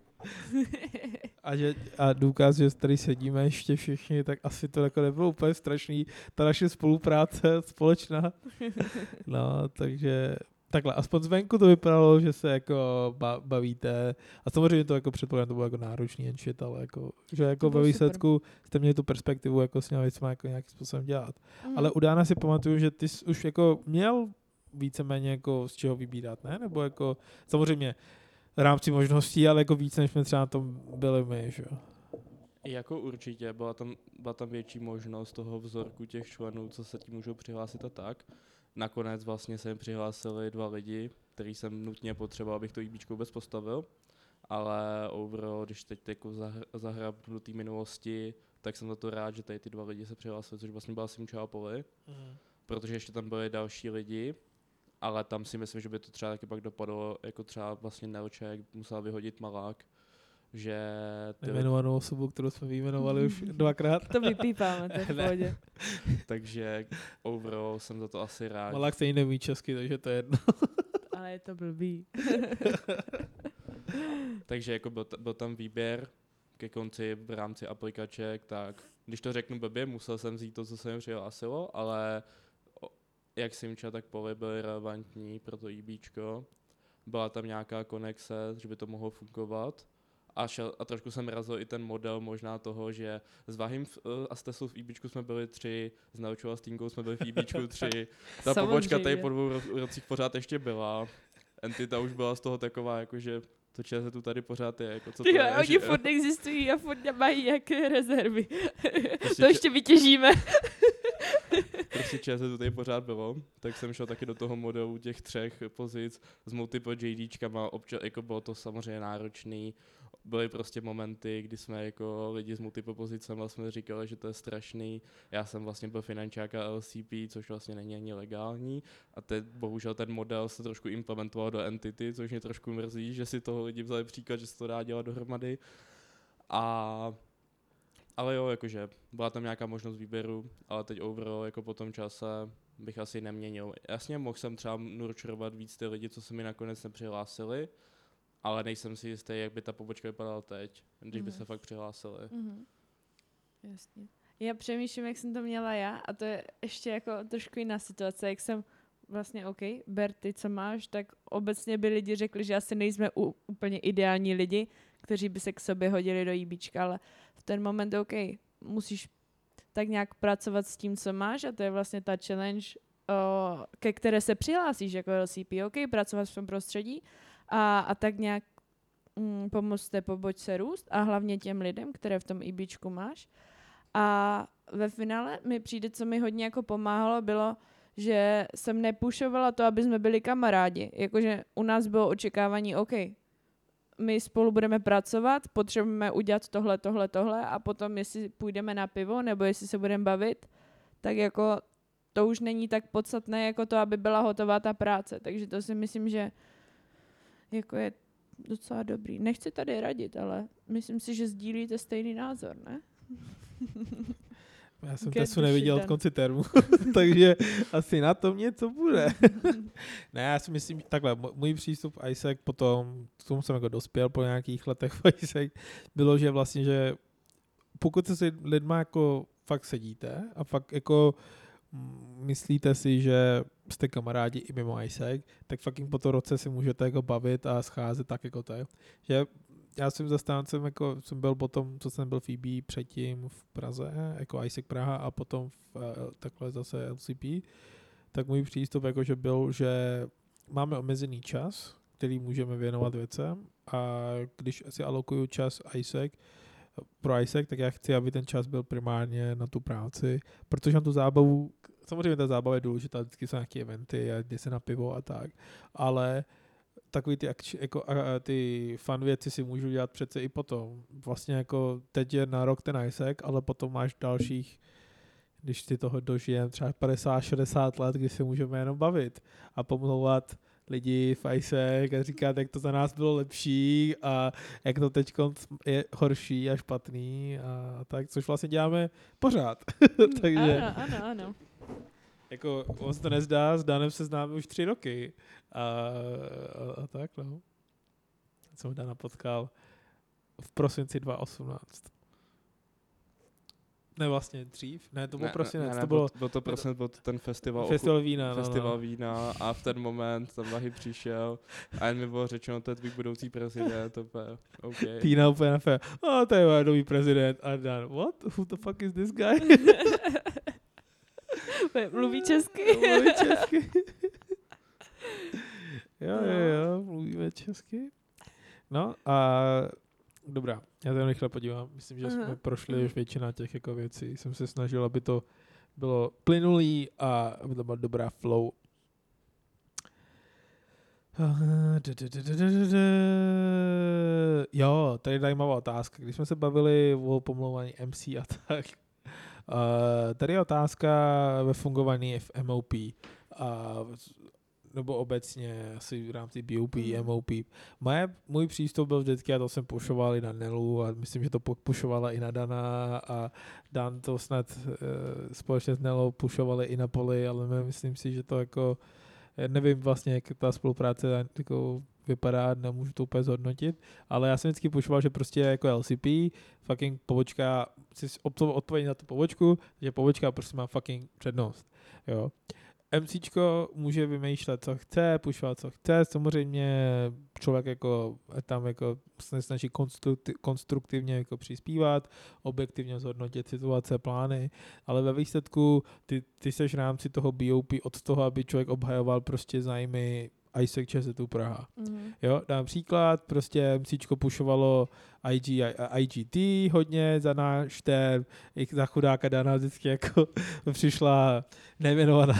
A, že, a důkaz, že tady sedíme ještě všichni, tak asi to jako nebylo úplně strašný, ta naše spolupráce společná. No, takže takhle, aspoň zvenku to vypadalo, že se jako bavíte a samozřejmě to jako předpokládám, to bylo jako náročný jen shit, ale jako, že jako ve výsledku super. Jste měli tu perspektivu jako s těmi věcmi jako nějakým způsobem dělat. Mm. Ale u Dána si pamatuju, že ty jsi už jako měl víceméně jako z čeho vybírat, ne? Nebo jako samozřejmě v rámci možností, ale jako víc, než jsme třeba na tom byli my, že jo? Jako určitě, byla tam, byla tam větší možnost toho vzorku těch členů, co se tím můžou přihlásit a tak. Nakonec vlastně se jim přihlásili dva lidi, který jsem nutně potřeboval, abych to IBčko vůbec postavil. Ale overall, když teď jako zahrabnu do té minulosti, tak jsem za to rád, že tady ty dva lidi se přihlásili, což vlastně byla Simča a Poli. Mm. Protože ještě tam byli další lidi, ale tam si myslím, že by to třeba taky pak dopadlo, jako třeba vlastně Nelček musel vyhodit Malák, že... Ty... Nejmenovanou osobu, kterou jsme vyjmenovali už dvakrát. To vypípáme, to je v pohodě. Takže overall jsem za to asi rád. Malák stejně neví česky, takže to je jedno. Ale je to blbý. Takže jako byl, t- byl tam výběr ke konci v rámci aplikaček, tak když to řeknu blbě, musel jsem vzít to, co se mi přihlásilo, ale jak Simča, tak Poli byly relevantní pro to IBčko. Byla tam nějaká konexe, že by to mohlo fungovat. A, šel, a trošku jsem razil i ten model možná toho, že s Vahim a Stesou v IBčku jsme byli tři, s Naučou a Stínkou jsme byli v IBčku tři. Ta pobočka tady po dvou rocích pořád ještě byla. Entita už byla z toho taková, jakože to ČZ tu tady pořád je. Jako co to jo, je, oni že, furt existují a furt nemají jaké rezervy. To ještě vytěžíme. Prostě ČZ tu tady pořád bylo, tak jsem šel taky do toho modelu těch třech pozic s multiple JDčkama, občas, jako bylo to samozřejmě náročný. Byly prostě momenty, kdy jsme jako lidi s multiple pozicemi jsme říkali, že to je strašný. Já jsem vlastně byl finančák a L C P, což vlastně není ani legální. A teď bohužel ten model se trošku implementoval do Entity, což mě trošku mrzí, že si toho lidi vzali příklad, že se to dá dělat dohromady. A ale jo, jakože byla tam nějaká možnost výběru, ale teď overall jako po tom čase bych asi neměnil. Jasně, mohl jsem třeba nurturovat víc ty lidi, co se mi nakonec nepřihlásili, ale nejsem si jistý, jak by ta pobočka vypadala teď, když mm. by se fakt přihlásili. Mm-hmm. Jasně. Já přemýšlím, jak jsem to měla já a to je ještě jako trošku jiná situace, jak jsem vlastně OK, ber ty, co máš, tak obecně by lidi řekli, že asi nejsme u, úplně ideální lidi, kteří by se k sobě hodili do IBčka, ale v ten moment OK, musíš tak nějak pracovat s tím, co máš a to je vlastně ta challenge, o, ke které se přihlásíš jako L C P, OK, pracovat v tom prostředí a, a tak nějak mm, pomoct té pobočce růst a hlavně těm lidem, které v tom IBčku máš. A ve finále mi přijde, co mi hodně jako pomáhalo, bylo, že jsem nepušovala to, aby jsme byli kamarádi. Jakože u nás bylo očekávání, OK, my spolu budeme pracovat, potřebujeme udělat tohle, tohle, tohle a potom, jestli půjdeme na pivo nebo jestli se budeme bavit, tak jako to už není tak podstatné, jako to, aby byla hotová ta práce. Takže to si myslím, že jako je docela dobrý. Nechci tady radit, ale myslím si, že sdílíte stejný názor, ne? Já jsem Get Tesu the neviděl shit od konci termu, takže asi na tom něco bude. Ne, já si myslím, takhle, můj přístup Isaac potom, k tomu jsem jako dospěl po nějakých letech v Isaac, bylo, že vlastně, že pokud se s lidma jako fakt sedíte a fakt jako myslíte si, že jste kamarádi i mimo Isaac, tak fucking po to roce si můžete jako bavit a scházet tak jako to. Že já jsem zastáncem, jako jsem byl potom, co jsem byl v E B předtím v Praze, jako Isaac Praha a potom v, takhle zase L C P, tak můj přístup jakože byl, že máme omezený čas, který můžeme věnovat věcem a když si alokuju čas Isaac, pro Isaac, tak já chci, aby ten čas byl primárně na tu práci, protože na tu zábavu, samozřejmě ta zábava je důležitá, vždycky jsou nějaké eventy a jde se na pivo a tak, ale takový ty, akči, jako, a, a, ty fun věci si můžu dělat přece i potom. Vlastně jako teď je na rok ten Isaac, ale potom máš dalších, když si toho dožijem, třeba padesát šedesát let, kdy se můžeme jenom bavit a pomlouvat lidi v Isaac a říkat, jak to za nás bylo lepší a jak to teď je horší a špatný a tak, což vlastně děláme pořád. Takže, ano, ano, ano. Jako, on se to nezdá, s Danem se známe už tři roky a, a, a tak, no. Jsem Dana potkal v prosinci dva tisíce osmnáct. Ne, vlastně dřív, ne, to bylo ne, prosinec, ne, ne, to bylo... Byl to prosinec, byl to ten festival. Festival vína, Festival no, no. vína a v ten moment tam Vahy přišel a jen mi bylo řečeno, to je tvůj budoucí prezident, to je OK. Týna úplně nefér. A to je nový prezident. A Dan, what? Who the fuck is this guy? Mluví česky. Mluví česky. Jo, jo, jo, mluvíme česky. No a dobrá, já se rychle podívám. Myslím, že jsme Aha. prošli už většina těch jako věcí. Jsem se snažil, aby to bylo plynulý a aby to byla dobrá flow. Jo, tady je zajímavá otázka. Když jsme se bavili o pomlouvání M C a tak, uh, tady je otázka ve fungování v M O P. Uh, nebo obecně asi v rámci B O P, Mm. M O P. Moje, můj přístup byl vždycky, a to jsem pušoval i na Nelu a myslím, že to pušovala i na Dana a Dan to snad uh, společně s Nelou pušovali i na Poli, ale myslím si, že to jako, nevím vlastně, jak ta spolupráce jako vypadá, nemůžu to úplně zhodnotit, ale já jsem vždycky pušoval, že prostě jako L C P, fucking pobočka, si odpověď na tu pobočku, že pobočka prostě má fucking přednost, jo. MCčko může vymýšlet, co chce, pušovat, co chce, samozřejmě člověk jako tam jako se snaží konstruktiv, konstruktivně jako přispívat, objektivně zhodnotit situace, plány, ale ve výsledku ty, ty seš v rámci toho B O P od toho, aby člověk obhajoval prostě zájmy Isaac Česetu Praha. Mm. Jo, dám příklad, prostě MCčko pušovalo I G, I G T hodně za náš ten, i za chudáka Dana vždycky jako přišla nejmenovaná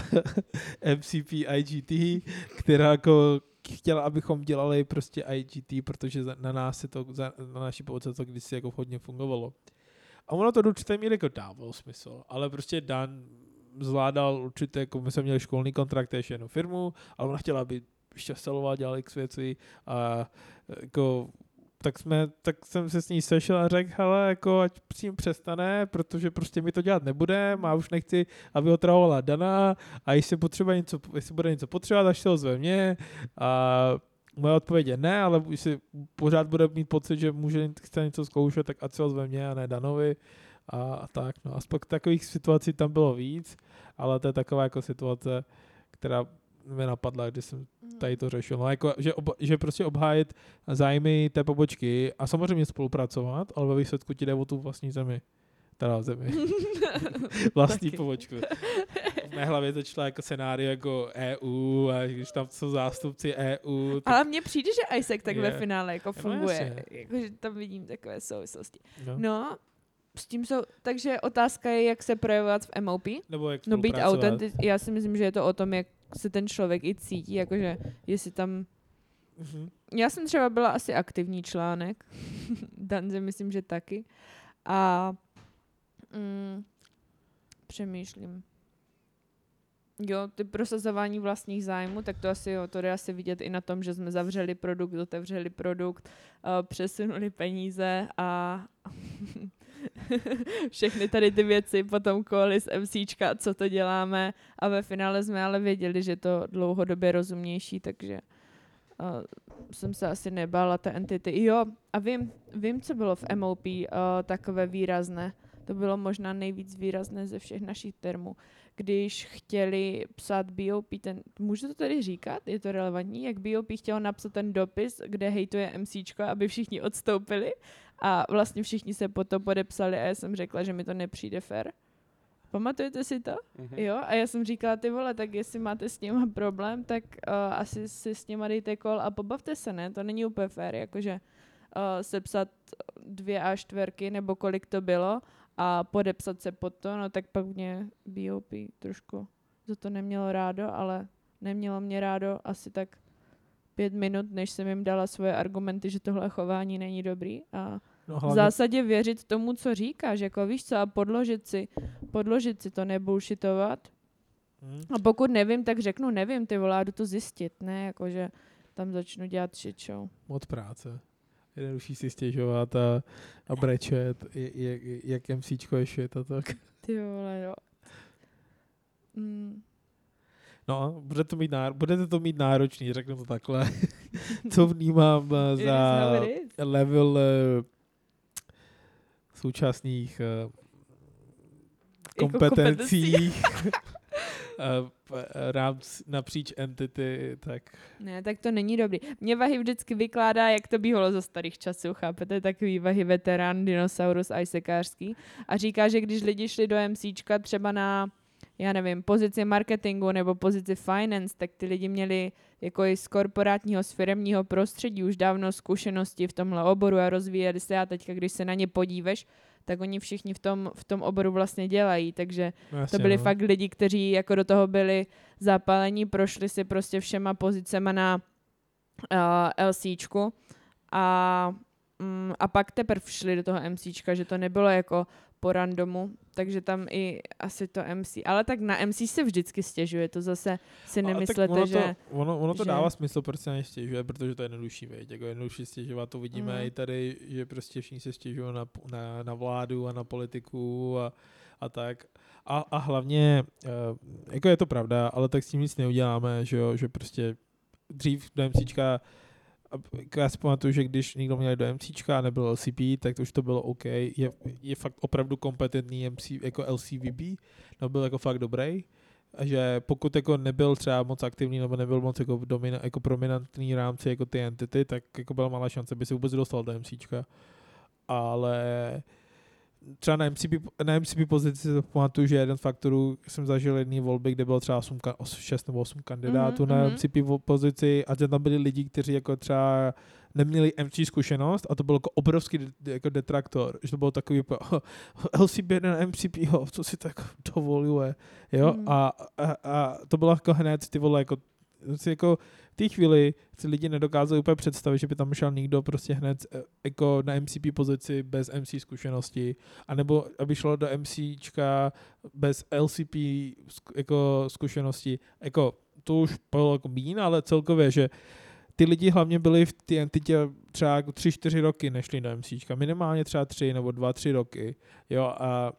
M C P I G T, která jako chtěla, abychom dělali prostě I G T, protože na nás se to, na naší pouce to kdysi jako hodně fungovalo. A ono to do určité míry jako dávalo smysl, ale prostě Dan zvládal určitě, jako my jsme měli školní kontrakt, ještě jednu firmu, ale ona chtěla, aby ještě salovala, dělala x věci a jako, tak, jsme, tak jsem se s ní sešel a řekl, hele, jako, ať s tím přestane, protože prostě mi to dělat nebude, a už nechci, aby ho travovala Dana a jestli, potřeba něco, jestli bude něco potřebovat, až se ozve mě a moje odpověď je ne, ale jestli pořád bude mít pocit, že může chce něco zkoušet, tak ať se ozve mě a ne Danovi a, a tak, no. Aspoň takových situací tam bylo víc, ale to je taková jako situace, která mě napadla, když jsem tady to řešil. No, jako, že, ob, že prostě obhájit zájmy té pobočky a samozřejmě spolupracovat, ale ve výsledku ti jde o tu vlastní zemi. Teda zemi. Vlastní pobočku. V mé hlavě začala jako scénário jako E U a když tam jsou zástupci E U. Tak... Ale mně přijde, že Isaac tak je. ve finále jako No, funguje. Jako, že tam vidím takové souvislosti. No. No, s tím jsou, takže otázka je, jak se projevovat v M O P. Nebo jak No být spolupracovat. autentický. Já si myslím, že je to o tom, jak se ten člověk i cítí, jakože jestli tam... Mhm. Já jsem třeba byla asi aktivní článek. Danze myslím, že taky. A mm, přemýšlím. Jo, ty prosazování vlastních zájmů, tak to asi, jo, to jde asi vidět i na tom, že jsme zavřeli produkt, otevřeli produkt, uh, přesunuli peníze a všechny tady ty věci, potom koly z MCčka, co to děláme a ve finále jsme ale věděli, že to dlouhodobě rozumnější, takže uh, jsem se asi nebála té entity. Jo, a vím, vím, co bylo v M O P uh, takové výrazné. To bylo možná nejvíc výrazné ze všech našich termů. Když chtěli psát B O P, ten, můžu to tady říkat? Je to relevantní? Jak B O P chtělo napsat ten dopis, kde hejtuje MCčko, aby všichni odstoupili a vlastně všichni se po to podepsali a já jsem řekla, že mi to nepřijde fair. Pamatujete si to? Mm-hmm. Jo, a já jsem říkala, ty vole, tak jestli máte s nima problém, tak uh, asi si s nima dejte call a pobavte se, ne? To není úplně fair, jakože uh, sepsat dvě A čtverky nebo kolik to bylo a podepsat se pod to, no tak pak mě B O P trošku za to nemělo rádo, ale nemělo mě rádo asi tak pět minut, než jsem jim dala svoje argumenty, že tohle chování není dobrý a no, v zásadě věřit tomu, co říkáš, jako víš co, a podložit si, podložit si to, nebullshitovat. Hmm. A pokud nevím, tak řeknu nevím, ty vole, jdu to zjistit, ne, jakože tam začnu dělat shit show. Moc práce. Jednodušší si stěžovat a, a brečet, jak, jak MCčko je shit a tak. Ty vole, jo. Mm. No, bude to mít náro- budete to mít náročný, řeknu to takhle. Co vnímám uh, za level uh, současných uh, kompetencí uh, rámc napříč entity, tak... Ne, tak to není dobrý. Mě Vahy vždycky vykládá, jak to bývalo za starých časů, chápete? Takový Vahy veterán, dinosaurus, ajsekářský. A říká, že když lidi šli do MCčka třeba na, já nevím, pozici marketingu nebo pozici finance, tak ty lidi měli jako i z korporátního, z firemního prostředí už dávno zkušenosti v tomhle oboru a rozvíjeli se a teďka, když se na ně podíveš, tak oni všichni v tom, v tom oboru vlastně dělají, takže Jasně, to byli no. fakt lidi, kteří jako do toho byli zapálení, prošli si prostě všema pozicema na uh, LCčku a, um, a pak teprve šli do toho MCčka, že to nebylo jako po randomu, takže tam i asi to M C, ale tak na M C se vždycky stěžuje, to zase si nemyslete, ono že... To, ono, ono to že... dává smysl, proč se nestěžuje, protože to je jednodušší, věď, jako jednodušší stěžovat, to vidíme mm. i tady, že prostě všichni se stěžují na, na, na vládu a na politiku a, a tak. A, a hlavně, jako je to pravda, ale tak s tím nic neuděláme, že jo, že prostě dřív do MCčka. Já si pamatuju, že když někdo měl do MCčka a nebyl L C P, tak to už to bylo OK. Je, je fakt opravdu kompetentní M C, jako L C V B, no byl jako fakt dobrý. A že pokud jako nebyl třeba moc aktivní nebo nebyl moc jako, domina, jako prominentní rámci jako ty entity, tak jako byla malá šance, by se vůbec dostal do MCčka. Ale třeba na M C P, na M C P pozici se pamatuju, že jeden z faktorů jsem zažil jedný volby, kde bylo třeba osm, šest nebo osm kandidátů mm-hmm. na M C P pozici a tam byli lidi, kteří jako třeba neměli M C zkušenost a to byl jako obrovský jako detraktor, že to bylo takový jako L C P jeden M C P, jo, co si tak dovoluje, jo, mm. a, a, a to bylo jako hned ty vole jako si jako v té chvíli si lidi nedokázali úplně představit, že by tam šel někdo prostě hned jako na M C P pozici bez M C zkušenosti, anebo aby šlo do MCčka bez L C P jako zkušenosti. Jako to už bylo jako mín, ale celkově, že ty lidi hlavně byli v té entitě třeba jako tři, čtyři roky nešli do MCčka, minimálně třeba tři nebo dva, tři roky, jo, a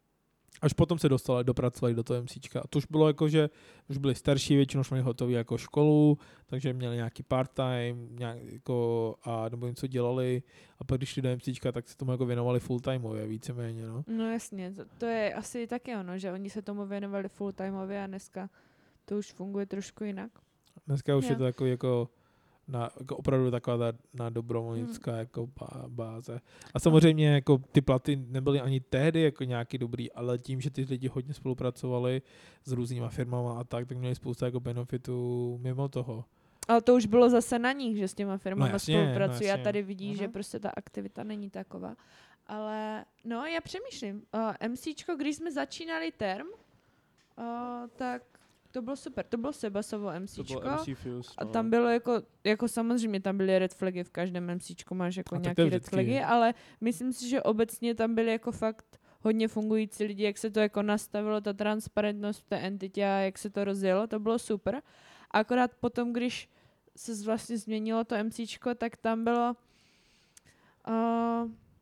až potom se dostali, dopracovali do toho MCčka. A to už bylo jako, že už byli starší, většinou už měli hotový jako školu, takže měli nějaký part-time nějak jako, a nebo něco dělali a pak když šli do MCčka, tak se tomu jako věnovali full-timeově víceméně. No, no jasně, to, to je asi taky ono, že oni se tomu věnovali full-timeově a dneska to už funguje trošku jinak. Dneska už je, je to takový jako na, jako opravdu taková ta, na dobrovolnická hmm. jako báze. A samozřejmě jako ty platy nebyly ani tehdy jako nějaký dobrý, ale tím, že ty lidi hodně spolupracovali s různýma firmama a tak, tak měli spousta jako benefitů mimo toho. Ale to už bylo zase na nich, že s těma firmama no jasně, spolupracují no a tady vidí, uh-huh. že prostě ta aktivita není taková. Ale no, já přemýšlím. Uh, MCčko, když jsme začínali term, uh, tak to bylo super, to bylo Sebasovo MCčko. To bylo M C Fuse, no. A tam bylo jako, jako samozřejmě tam byly red flagy, v každém MCčku máš jako a nějaký red flagy, ale myslím si, že obecně tam byly jako fakt hodně fungující lidi, jak se to jako nastavilo, ta transparentnost v té entitě a jak se to rozjelo, to bylo super. Akorát potom, když se vlastně změnilo to MCčko, tak tam bylo uh,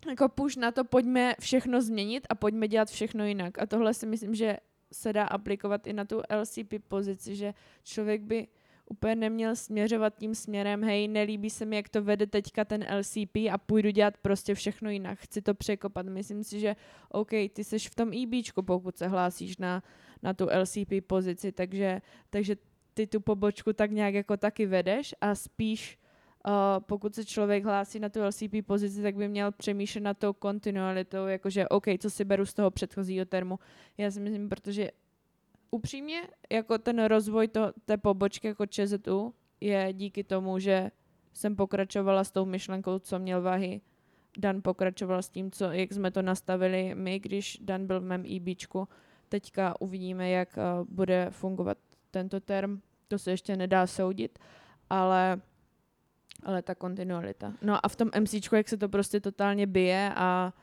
jako push na to, pojďme všechno změnit a pojďme dělat všechno jinak. A tohle si myslím, že se dá aplikovat i na tu L C P pozici, že člověk by úplně neměl směřovat tím směrem, hej, nelíbí se mi, jak to vede teďka ten L C P a půjdu dělat prostě všechno jinak, chci to překopat. Myslím si, že OK, ty seš v tom EBčku, pokud se hlásíš na, na tu L C P pozici, takže, takže ty tu pobočku tak nějak jako taky vedeš a spíš uh, pokud se člověk hlásí na tu L C P pozici, tak by měl přemýšlet na tou kontinualitou, jakože OK, co si beru z toho předchozího termu. Já si myslím, protože upřímně, jako ten rozvoj to, té pobočky jako ČZU je díky tomu, že jsem pokračovala s tou myšlenkou, co měl Vahy. Dan pokračoval s tím, co, jak jsme to nastavili my, když Dan byl v mém EBčku. Teďka uvidíme, jak uh, bude fungovat tento term. To se ještě nedá soudit, ale, ale ta kontinualita. No a v tom MCčku, jak se to prostě totálně bije a,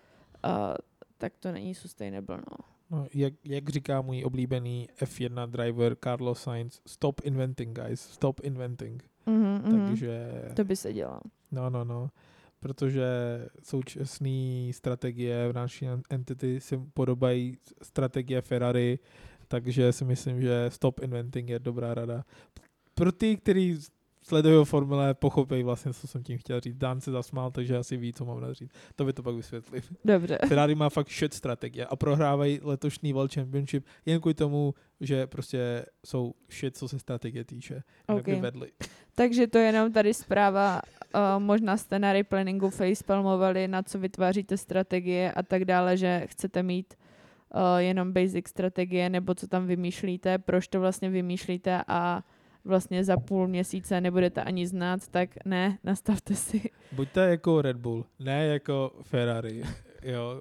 a tak to není sustainable, no. No, jak, jak říká můj oblíbený F jedna driver Carlos Sainz, stop inventing, guys, stop inventing. Mm-hmm, Takže... To by se dělalo. No, no, no. Protože současné strategie v naší entity se podobají strategie Ferrari, takže si myslím, že stop inventing je dobrá rada. Pro ty, kteří sledují formule, pochopí vlastně, co jsem tím chtěl říct. Dan se zasmál, takže asi ví, co mám říct. To by to pak vysvětlím. Dobře. Ferrari má fakt shit strategie a prohrávají letošní World Championship jen kvůli tomu, že prostě jsou shit, co se strategie týče. Okay. Vedli. Takže to je jenom tady zpráva, uh, možná jste na replanningu facepalmovali, na co vytváříte strategie a tak dále, že chcete mít uh, jenom basic strategie, nebo co tam vymýšlíte, proč to vlastně vymýšlíte a vlastně za půl měsíce nebudete ani znát, tak ne, nastavte si. Buďte jako Red Bull, ne jako Ferrari, jo.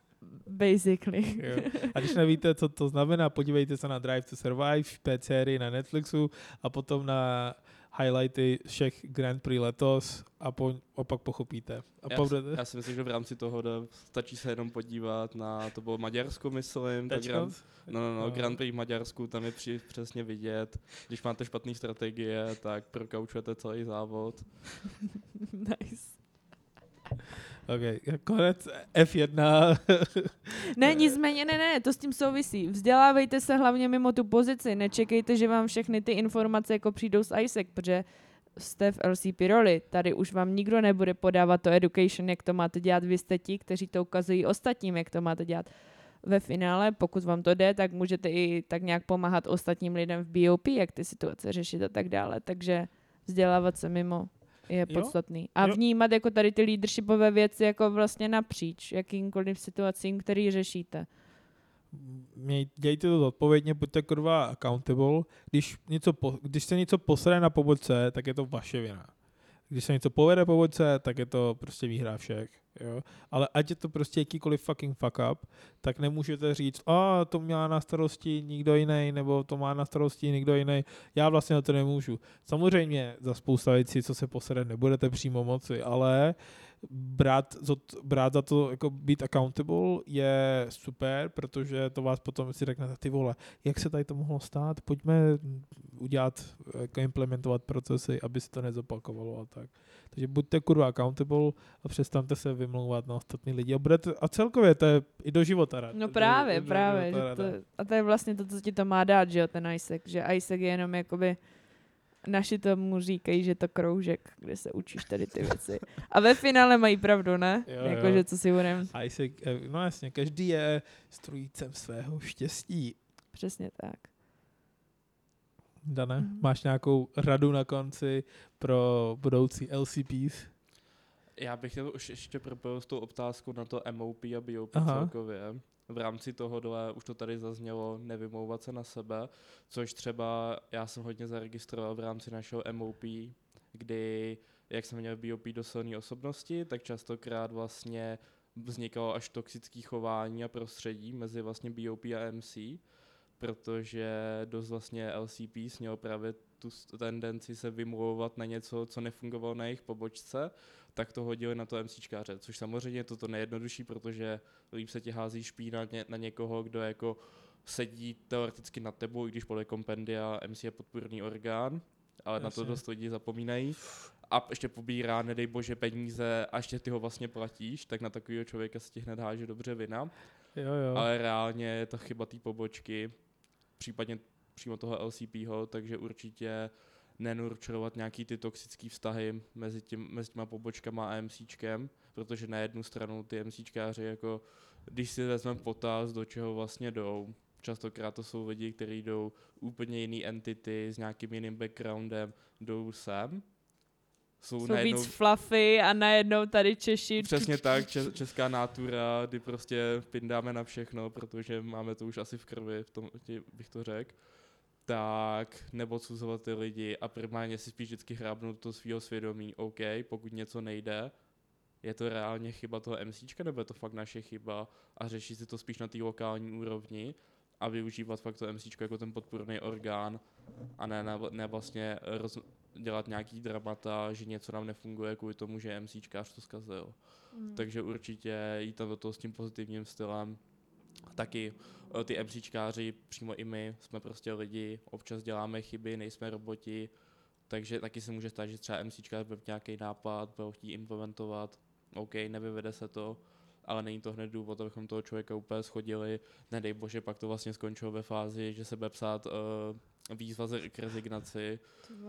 Basically. Jo. A když nevíte, co to znamená, podívejte se na Drive to Survive, té sérii na Netflixu a potom na highlighty všech Grand Prix letos a, po, a pak pochopíte. A já, povede... já si myslím, že v rámci toho stačí se jenom podívat na, to bylo Maďarsko, myslím. Tak Grand, no, no, no, no, Grand Prix v Maďarsku, tam je při, přesně vidět. Když máte špatné strategie, tak prokaučujete celý závod. Nice. Ok, konec F jedna. Ne, nicméně, ne, ne, to s tím souvisí. Vzdělávejte se hlavně mimo tu pozici, nečekejte, že vám všechny ty informace jako přijdou z I S E C, protože jste v L C P roli. Tady už vám nikdo nebude podávat to education, jak to máte dělat, vy jste ti, kteří to ukazují ostatním, jak to máte dělat. Ve finále, pokud vám to jde, tak můžete i tak nějak pomáhat ostatním lidem v B O P, jak ty situace řešit a tak dále. Takže vzdělávat se mimo je podstatný. A jo. vnímat jako tady ty leadershipové věci jako vlastně napříč, jakýmkoliv situacím, který řešíte. Měj, dějte to zodpovědně, buďte kurva accountable. Když, něco po, když se něco posede na pobočce, tak je to vaše vina. Když se něco povede po pobočce, tak je to prostě výhra všech. Jo? Ale ať je to prostě jakýkoliv fucking fuck up, tak nemůžete říct, a to měla na starosti nikdo jiný, nebo to má na starosti někdo jiný. Já vlastně na to nemůžu. Samozřejmě za spousta věcí, co se posede, nebudete přímo moci, ale brát, brát za to, jako být accountable je super, protože to vás potom si řeknete, ty vole, jak se tady to mohlo stát, pojďme udělat, jako implementovat procesy, aby se to nezopakovalo a tak. Takže buďte kurva accountable a přestaňte se vymlouvat na ostatní lidi a budete, a celkově to je i do života rad. No právě, do, právě. do že to, a to je vlastně to, co ti to má dát, že jo, ten I S E C, že I S E C je jenom jakoby naši tomu říkají, že to kroužek, kde se učíš tady ty věci. A ve finále mají pravdu, ne? Jakože co si budem. I S E C, no jasně, každý je strůjcem svého štěstí. Přesně tak. Dane, mm-hmm. máš nějakou radu na konci pro budoucí L C Ps? Já bych to už ještě propojil s tou otázkou na to M O P a B O P Aha. celkově. V rámci tohohle, už to tady zaznělo, nevymlouvat se na sebe, což třeba já jsem hodně zaregistroval v rámci našeho M O P, kdy, jak jsem měl B O P do silné osobnosti, tak častokrát vlastně vznikalo až toxické chování a prostředí mezi vlastně B O P a M C, protože dost vlastně L C Ps mělo právě tu tendenci se vymlouvat na něco, co nefungovalo na jejich pobočce, tak to hodili na to MCčkáře, což samozřejmě je to nejjednodušší, protože líp se tě hází špína ně, na někoho, kdo jako sedí teoreticky nad tebou, i když podle kompendia M C je podpůrný orgán, ale Jasně. na to dost lidi zapomínají. a ještě pobírá, nedej bože, peníze a ještě ty ho vlastně platíš, tak na takového člověka se ti hned háže dobře vina. Jo, jo. Ale reálně je to chyba té pobočky, případně přímo toho L C P ho, takže určitě nenurčovat nějaký ty toxický vztahy mezi, tím, mezi těma pobočkama a MCčkem, protože na jednu stranu ty MCčkáři, jako, když si vezmeme potaz, do čeho vlastně jdou, častokrát to jsou lidi, kteří jdou úplně jiný entity s nějakým jiným backgroundem, jdou sem. Jsou, Jsou najednou, víc fluffy a najednou tady Češi. přesně tak, če, česká nátura, kdy prostě pindáme na všechno, protože máme to už asi v krvi, v tom tě, bych to řekl. Tak neodsuzovat ty lidi a primárně si spíš vždycky hrábnout to svýho svědomí. OK, pokud něco nejde, je to reálně chyba toho MCčka, nebo je to fakt naše chyba a řešit si to spíš na té lokální úrovni a využívat fakt to MCčko jako ten podpůrný orgán a ne, ne, ne vlastně roz, dělat nějaký dramata, že něco nám nefunguje kvůli tomu, že MCčkář to zkazil. Mm. Takže určitě jít tam do toho s tím pozitivním stylem. Taky ty MCčkáři, přímo i my, jsme prostě lidi, občas děláme chyby, nejsme roboti, takže taky se může stát, že třeba MCčkář bude nějaký nápad, bude ho chtít implementovat, OK, nevyvede se to, ale není to hned důvod, abychom toho člověka úplně schodili, nedej bože, pak to vlastně skončilo ve fázi, že se bude psát uh, výzva k rezignaci,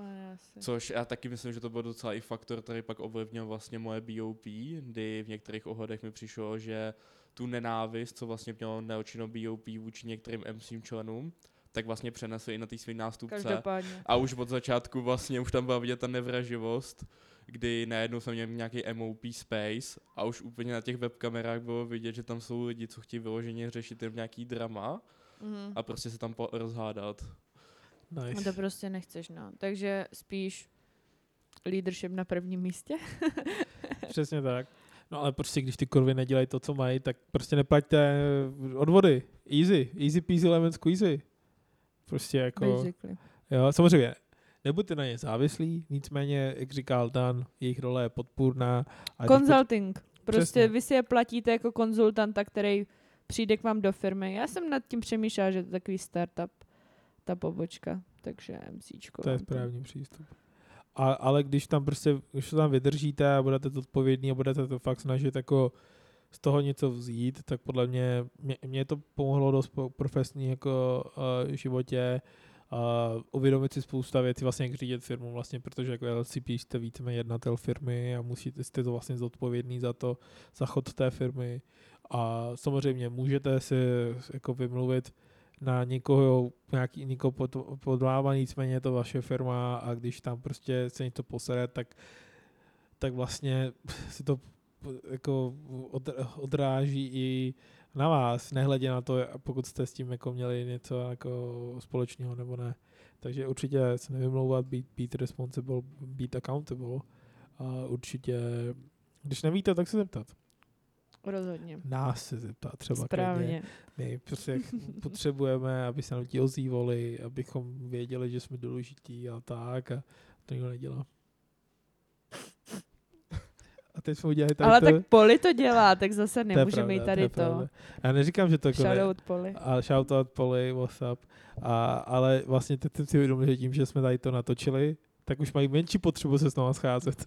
což já taky myslím, že to byl docela i faktor, který pak ovlivnil vlastně moje B O P, kdy v některých ohledech mi přišlo, že tu nenávist, co vlastně mělo neočino B O P vůči některým M C členům, tak vlastně přenesl i na ty svý nástupce. Každopádně. A už od začátku vlastně už tam byla vidět ta nevraživost, kdy najednou jsem měl nějaký M O P space a už úplně na těch webkamerách bylo vidět, že tam jsou lidi, co chtějí vyloženě řešit jen nějaký drama mm. a prostě se tam po- rozhádat. Nice. A to prostě nechceš, no. Takže spíš leadership na prvním místě. Přesně tak. No ale prostě, když ty kurvy nedělají to, co mají, tak prostě neplaťte odvody. Easy. Easy peasy lemon squeezy. Prostě jako... Basically. Jo, samozřejmě. Nebuďte na ně závislí, nicméně, jak říkal Dan, jejich role je podpůrná. Consulting. Prostě Přesně. vy si je platíte jako konzultanta, který přijde k vám do firmy. Já jsem nad tím přemýšlela, že to je takový startup, ta pobočka. Takže MCčko. To je správný přístup. A, ale když tam prostě, když to tam vydržíte a budete odpovědní a budete to fakt snažit jako z toho něco vzít, tak podle mě, mě, mě to pomohlo dost profesní jako uh, životě uh, uvědomit si spousta věcí, vlastně jak řídit firmu vlastně, protože jako L C P jste víceméně jednatel firmy a musíte, jste to vlastně zodpovědný za to, za chod té firmy a samozřejmě můžete si jako vymluvit na někoho, nějaký, někoho pod, podvává, nicméně je to vaše firma a když tam prostě se něco posere, tak, tak vlastně si to jako odráží i na vás, nehledě na to, pokud jste s tím jako měli něco jako společného nebo ne. Takže určitě se nevymlouvat, být, být responsible, být accountable a určitě, když nevíte, tak se zeptat. Rozhodně. Nás se zeptat třeba. Správně. Klidně. My prostě potřebujeme, aby se nám ti ozývali, abychom věděli, že jsme důležití a tak a to nikdo nedělá. A teď jsme udělali tady ale to. tak Poli to dělá, tak zase To je nemůžeme pravda, jít tady to. Je to. Já neříkám, že to jako ne, Shoutout Poli. a shoutout Poli, what's up. A, ale vlastně teď jsem si uvědomil, že tím, že jsme tady to natočili, tak už mají menší potřebu se s náma scházet.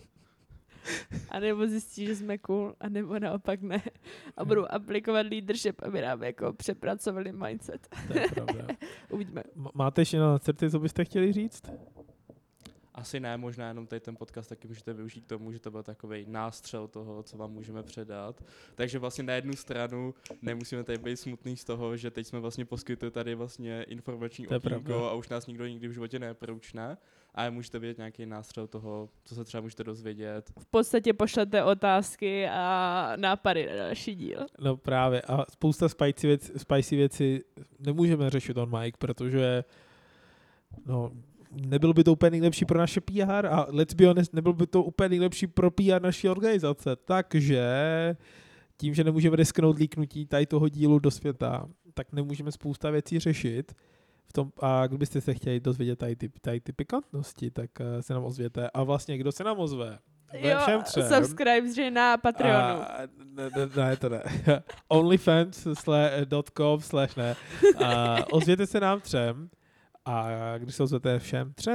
A nebo zjistí, že jsme cool, a nebo naopak ne. A budou aplikovat leadership, aby nám jako přepracovali mindset. To je pravda. Uvidíme. M- máte ještě na srdci, co byste chtěli říct? Asi ne, možná jenom tady ten podcast taky můžete využít k tomu, že to byl takovej nástřel toho, co vám můžeme předat. Takže vlastně na jednu stranu nemusíme tady být smutný z toho, že teď jsme vlastně poskytli tady vlastně informační okýnko a už nás nikdo nikdy v životě neproučne. Ale můžete vidět nějaký nástřel toho, co se třeba můžete dozvědět. V podstatě pošlete otázky a nápady na další díl. No právě. A spousta spicy, věc, spicy věci nemůžeme řešit on mic, protože no, nebyl by to úplně nejlepší pro naše P R a let's be honest, nebyl by to úplně nejlepší pro P R naší organizace. Takže tím, že nemůžeme risknout líknutí tady toho dílu do světa, tak nemůžeme spousta věcí řešit. V tom, a kdybyste se chtěli dozvědět tady ty, tady ty pikantnosti, tak uh, se nám ozvěte. A vlastně, kdo se nám ozve? Jo, subscribe že na Patreonu. A, ne, ne, ne, to ne. onlyfans dot com slash ne. A ozvěte se nám třem a když se ozvete všem třem,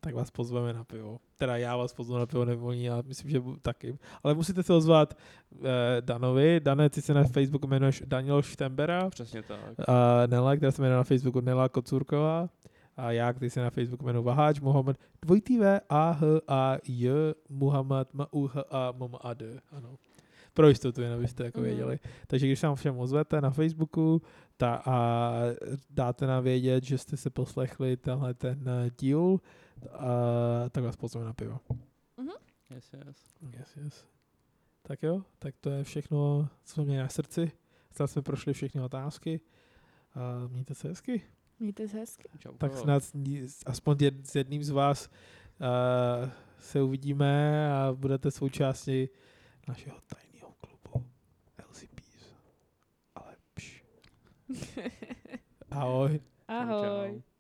tak vás pozveme na pivo. Teda já vás pozvu na pivo, nebo oni, ale myslím, že bu- taky. Ale musíte se ozvat uh, Danovi. Dane, ty se na Facebooku jmenuješ Daniel Štembera. Přesně tak. A Nela, která se jmenuje na Facebooku Nela Kocurková. A já, který se na Facebooku jmenuji Vaháč, Mohamed, dvojitý V, A, H, A, J, Muhammad, M, U, H, A, M, A, D. Ano. Pro jistotu, jen abyste jako Mhm. věděli. Takže když se nám všem ozvete na Facebooku ta, a dáte nám vědět, že jste se poslechli tenhle ten eh, díl, a, tak vás pozveme na pivo. Yes, yes. Yes, yes. Tak jo, tak to je všechno, co jsme měli na srdci. Snad jsme prošli všechny otázky. A mějte se hezky. Mějte se hezky. Čauko. Tak snad s ní- aspoň jed, s jedním z vás uh, se uvidíme a budete součástí našeho tajného klubu L C Ps. Ale pš. Ahoj. Čau, Ahoj. čau.